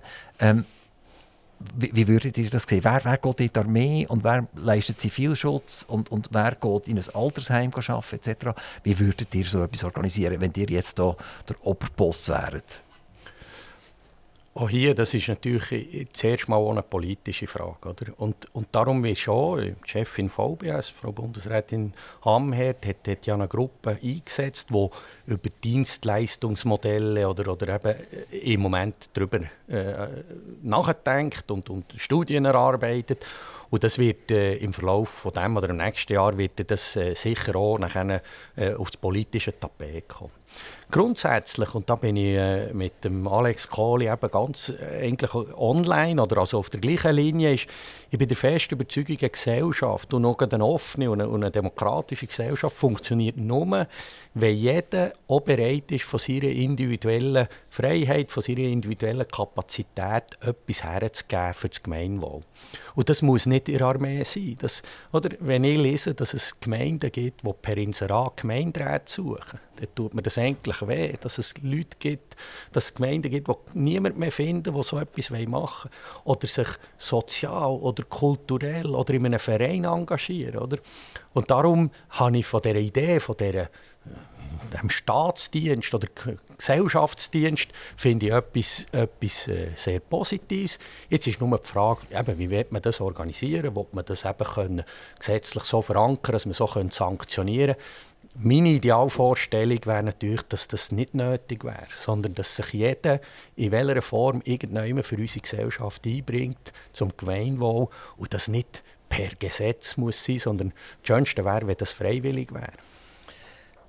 Speaker 2: Wie würdet ihr das sehen? Wer geht in die Armee und wer leistet Zivilschutz und wer geht in ein Altersheim arbeiten etc.? Wie würdet ihr so etwas organisieren, wenn ihr jetzt hier der Oberboss wäret?
Speaker 3: Auch hier, das ist natürlich zuerst mal eine politische Frage. Oder? Und darum ist schon die Chefin VBS, Frau Bundesrätin Hamherd, hat ja eine Gruppe eingesetzt, die über Dienstleistungsmodelle oder eben im Moment darüber nachdenkt und Studien erarbeitet. Und das wird im Verlauf von dem oder im nächsten Jahr wird das sicher auch nachher, auf das politische Tapet kommen. Grundsätzlich, und da bin ich mit dem Alex Kohli eben ganz eigentlich online oder also auf der gleichen Linie, ist, ich bin der festen Überzeugung, eine Gesellschaft und auch eine offene und eine demokratische Gesellschaft funktioniert nur, wenn jeder auch bereit ist, von seiner individuellen Freiheit, von seiner individuellen Kapazität etwas herzugeben für das Gemeinwohl. Und das muss nicht in der Armee sein. Oder wenn ich lese, dass es Gemeinden gibt, die per Inserat Gemeinderäte suchen, dann tut mir das eigentlich weh, dass es Leute gibt, dass es Gemeinden gibt, die niemand mehr finden, die so etwas machen wollen. Oder sich sozial oder kulturell oder in einem Verein engagieren. Oder? Und darum habe ich von dieser Idee, von dem Staatsdienst oder Gesellschaftsdienst, finde ich etwas sehr Positives. Jetzt ist nur die Frage, eben, wie wird man das organisieren? Will man das eben gesetzlich so verankern, dass man so sanktionieren kann? Meine Idealvorstellung wäre natürlich, dass das nicht nötig wäre, sondern dass sich jeder in welcher Form irgendjemand für unsere Gesellschaft einbringt, zum Gemeinwohl, und das nicht per Gesetz muss sein, sondern das Schönste wäre, wenn das freiwillig wäre.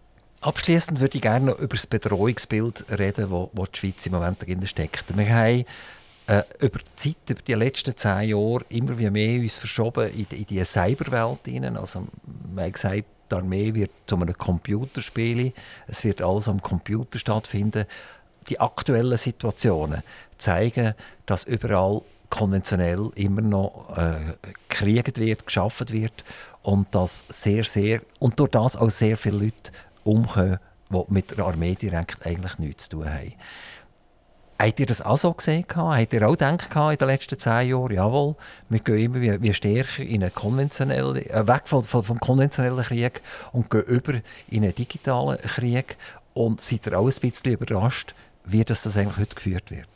Speaker 2: Abschließend würde ich gerne noch über das Bedrohungsbild reden, wo die Schweiz im Moment drin steckt. Wir haben über die Zeit, über die letzten 10 Jahre, immer wie mehr uns verschoben in die Cyberwelt hinein. Also, man hat gesagt, die Armee wird zu einem Computerspiel. Es wird alles am Computer stattfinden. Die aktuellen Situationen zeigen, dass überall konventionell immer noch gekriegt wird, geschaffen wird und dass und durch das auch sehr viele Leute umkommen, die mit der Armee direkt eigentlich nichts zu tun haben. Habt ihr das auch so gesehen? Habt ihr auch gedacht in den letzten 10 Jahren, jawohl, wir gehen immer wie stärker in eine weg vom konventionellen Krieg und gehen über in einen digitalen Krieg? Und seid ihr auch ein bisschen überrascht, wie das eigentlich heute geführt wird?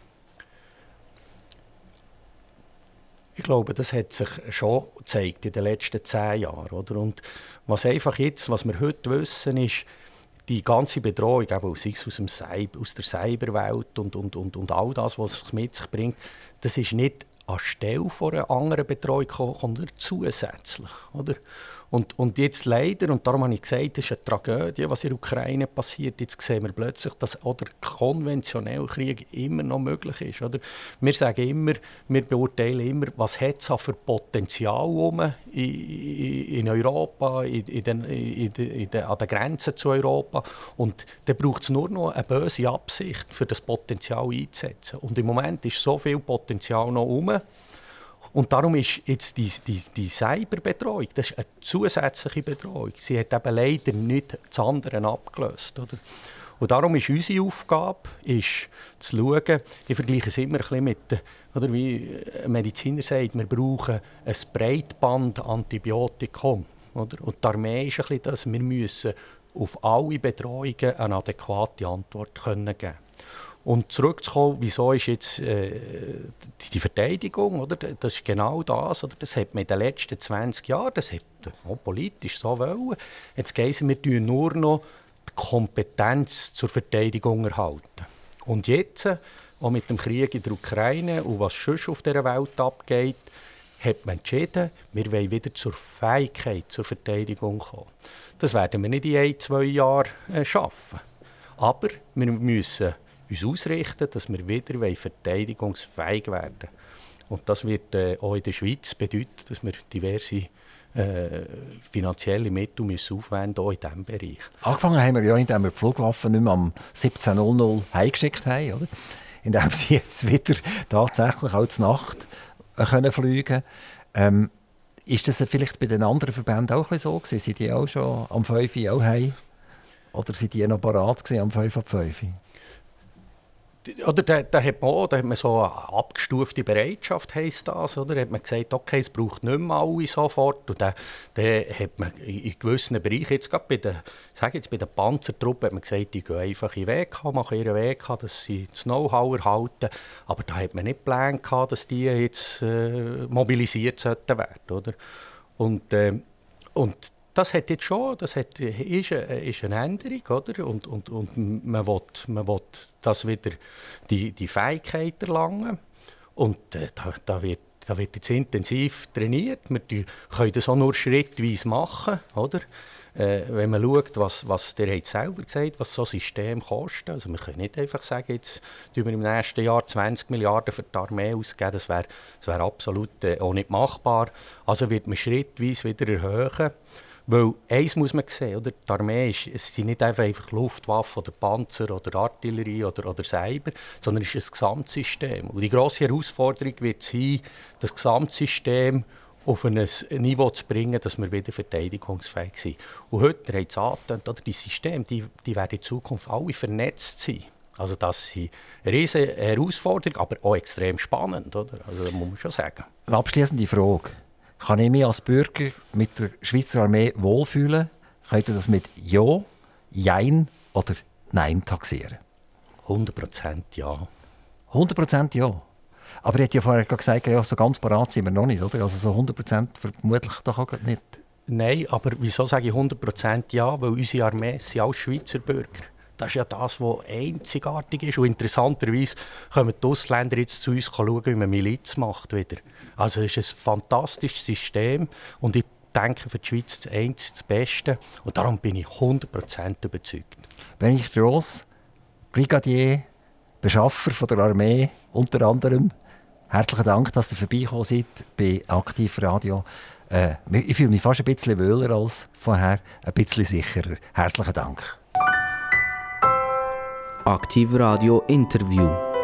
Speaker 3: Ich glaube, das hat sich schon gezeigt in den letzten 10 Jahren. Oder? Und was wir heute wissen, ist, die ganze Bedrohung, sei es aus der Cyberwelt und all das, was es mit sich bringt, das ist nicht anstelle von einer anderen Bedrohung gekommen, sondern zusätzlich. Oder? Und jetzt leider, und darum habe ich gesagt, es ist eine Tragödie, was in der Ukraine passiert. Jetzt sehen wir plötzlich, dass auch der konventionelle Krieg immer noch möglich ist. Oder? Wir beurteilen immer, was hat es für Potenzial in Europa, an den Grenzen zu Europa. Und dann braucht es nur noch eine böse Absicht, für das Potenzial einzusetzen. Und im Moment ist so viel Potenzial noch herum. Und darum ist jetzt die Cyberbedrohung, das ist eine zusätzliche Bedrohung. Sie hat eben leider nicht das andere abgelöst. Oder? Und darum ist unsere Aufgabe, zu schauen, ich vergleiche es immer ein bisschen mit, oder wie ein Mediziner sagt, wir brauchen ein Breitband-Antibiotikum. Oder? Und die Armee ist ein bisschen das, wir müssen auf alle Bedrohungen eine adäquate Antwort geben können. Und zurückzukommen, wieso ist jetzt die Verteidigung, oder? Das ist genau das, oder? Das hat man in den letzten 20 Jahren, das hat auch politisch so wollen. Jetzt geissen wir nur noch die Kompetenz zur Verteidigung erhalten. Und jetzt, auch mit dem Krieg in der Ukraine und was sonst auf dieser Welt abgeht, hat man entschieden, wir wollen wieder zur Fähigkeit zur Verteidigung kommen. Das werden wir nicht in 1-2 Jahren schaffen. Aber wir müssen uns ausrichten, dass wir wieder verteidigungsfähig werden. Und das wird auch in der Schweiz bedeuten, dass wir diverse finanzielle Mittel müssen aufwenden auch in diesem Bereich.
Speaker 2: Angefangen haben wir ja, indem wir die Flugwaffen nicht mehr am 17:00 heimgeschickt haben, oder? Indem sie jetzt wieder tatsächlich auch zur Nacht können fliegen können. Ist das vielleicht bei den anderen Verbänden auch so gewesen? Sind die auch schon am 5 Uhr heim? Oder sind die noch parat am 5 ab 5 Uhr?
Speaker 3: Oder da hat man so eine abgestufte Bereitschaft, heisst das. Oder? Da hat man gesagt, okay, es braucht nicht mehr alle sofort. Und dann hat man in gewissen Bereichen, jetzt gerade bei den Panzertruppen, hat man gesagt, die gehen einfach in den Weg, machen ihren Weg, dass sie das Know-how erhalten. Aber da hat man nicht Pläne gehabt, dass die jetzt mobilisiert sollten werden. Oder? Und das hat jetzt schon, ist eine Änderung, oder? Und man will das wieder die Fähigkeit erlangen. Und da wird jetzt intensiv trainiert. Wir können das auch nur schrittweise machen, oder? Wenn man schaut, was der hat selber gesagt, was so ein System kostet. Also wir können nicht einfach sagen, jetzt tun wir im nächsten Jahr 20 Milliarden für die Armee ausgeben. Das wär absolut auch nicht machbar. Also wird man schrittweise wieder erhöhen. Weil eins muss man sehen, oder? Die Armee es sind nicht einfach Luftwaffen oder Panzer oder Artillerie oder Cyber, sondern es ist ein Gesamtsystem. Und die grosse Herausforderung wird sein, das Gesamtsystem auf ein Niveau zu bringen, dass wir wieder verteidigungsfähig sind. Und heute, ihr habt es angetönt, die Systeme, die werden in Zukunft alle vernetzt sein. Also das ist eine riesige Herausforderung, aber auch extrem spannend, oder? Also das muss man schon sagen.
Speaker 2: Eine abschliessende Frage. Kann ich mich als Bürger mit der Schweizer Armee wohlfühlen? Könnt ihr das mit Ja, Jein oder Nein taxieren?
Speaker 3: 100% ja.
Speaker 2: 100% ja. Aber ihr habt ja vorher gesagt, ja, so ganz parat sind wir noch nicht, oder? Also so 100% vermutlich doch auch nicht.
Speaker 3: Nein, aber wieso sage ich 100% ja? Weil unsere Armee sind auch Schweizer Bürger. Das ist ja das, was einzigartig ist. Und interessanterweise kommen die Ausländer jetzt zu uns schauen, wie man Miliz macht wieder. Also es ist ein fantastisches System. Und denke, für die Schweiz das Einzige, das Beste. Und darum bin ich 100% überzeugt.
Speaker 2: Benedikt Gross, Brigadier, Beschaffer von der Armee unter anderem. Herzlichen Dank, dass ihr vorbeigekommen seid bei Aktiv Radio. Ich fühle mich fast ein bisschen wohler als vorher, ein bisschen sicherer. Herzlichen Dank.
Speaker 1: Aktiv Radio Interview.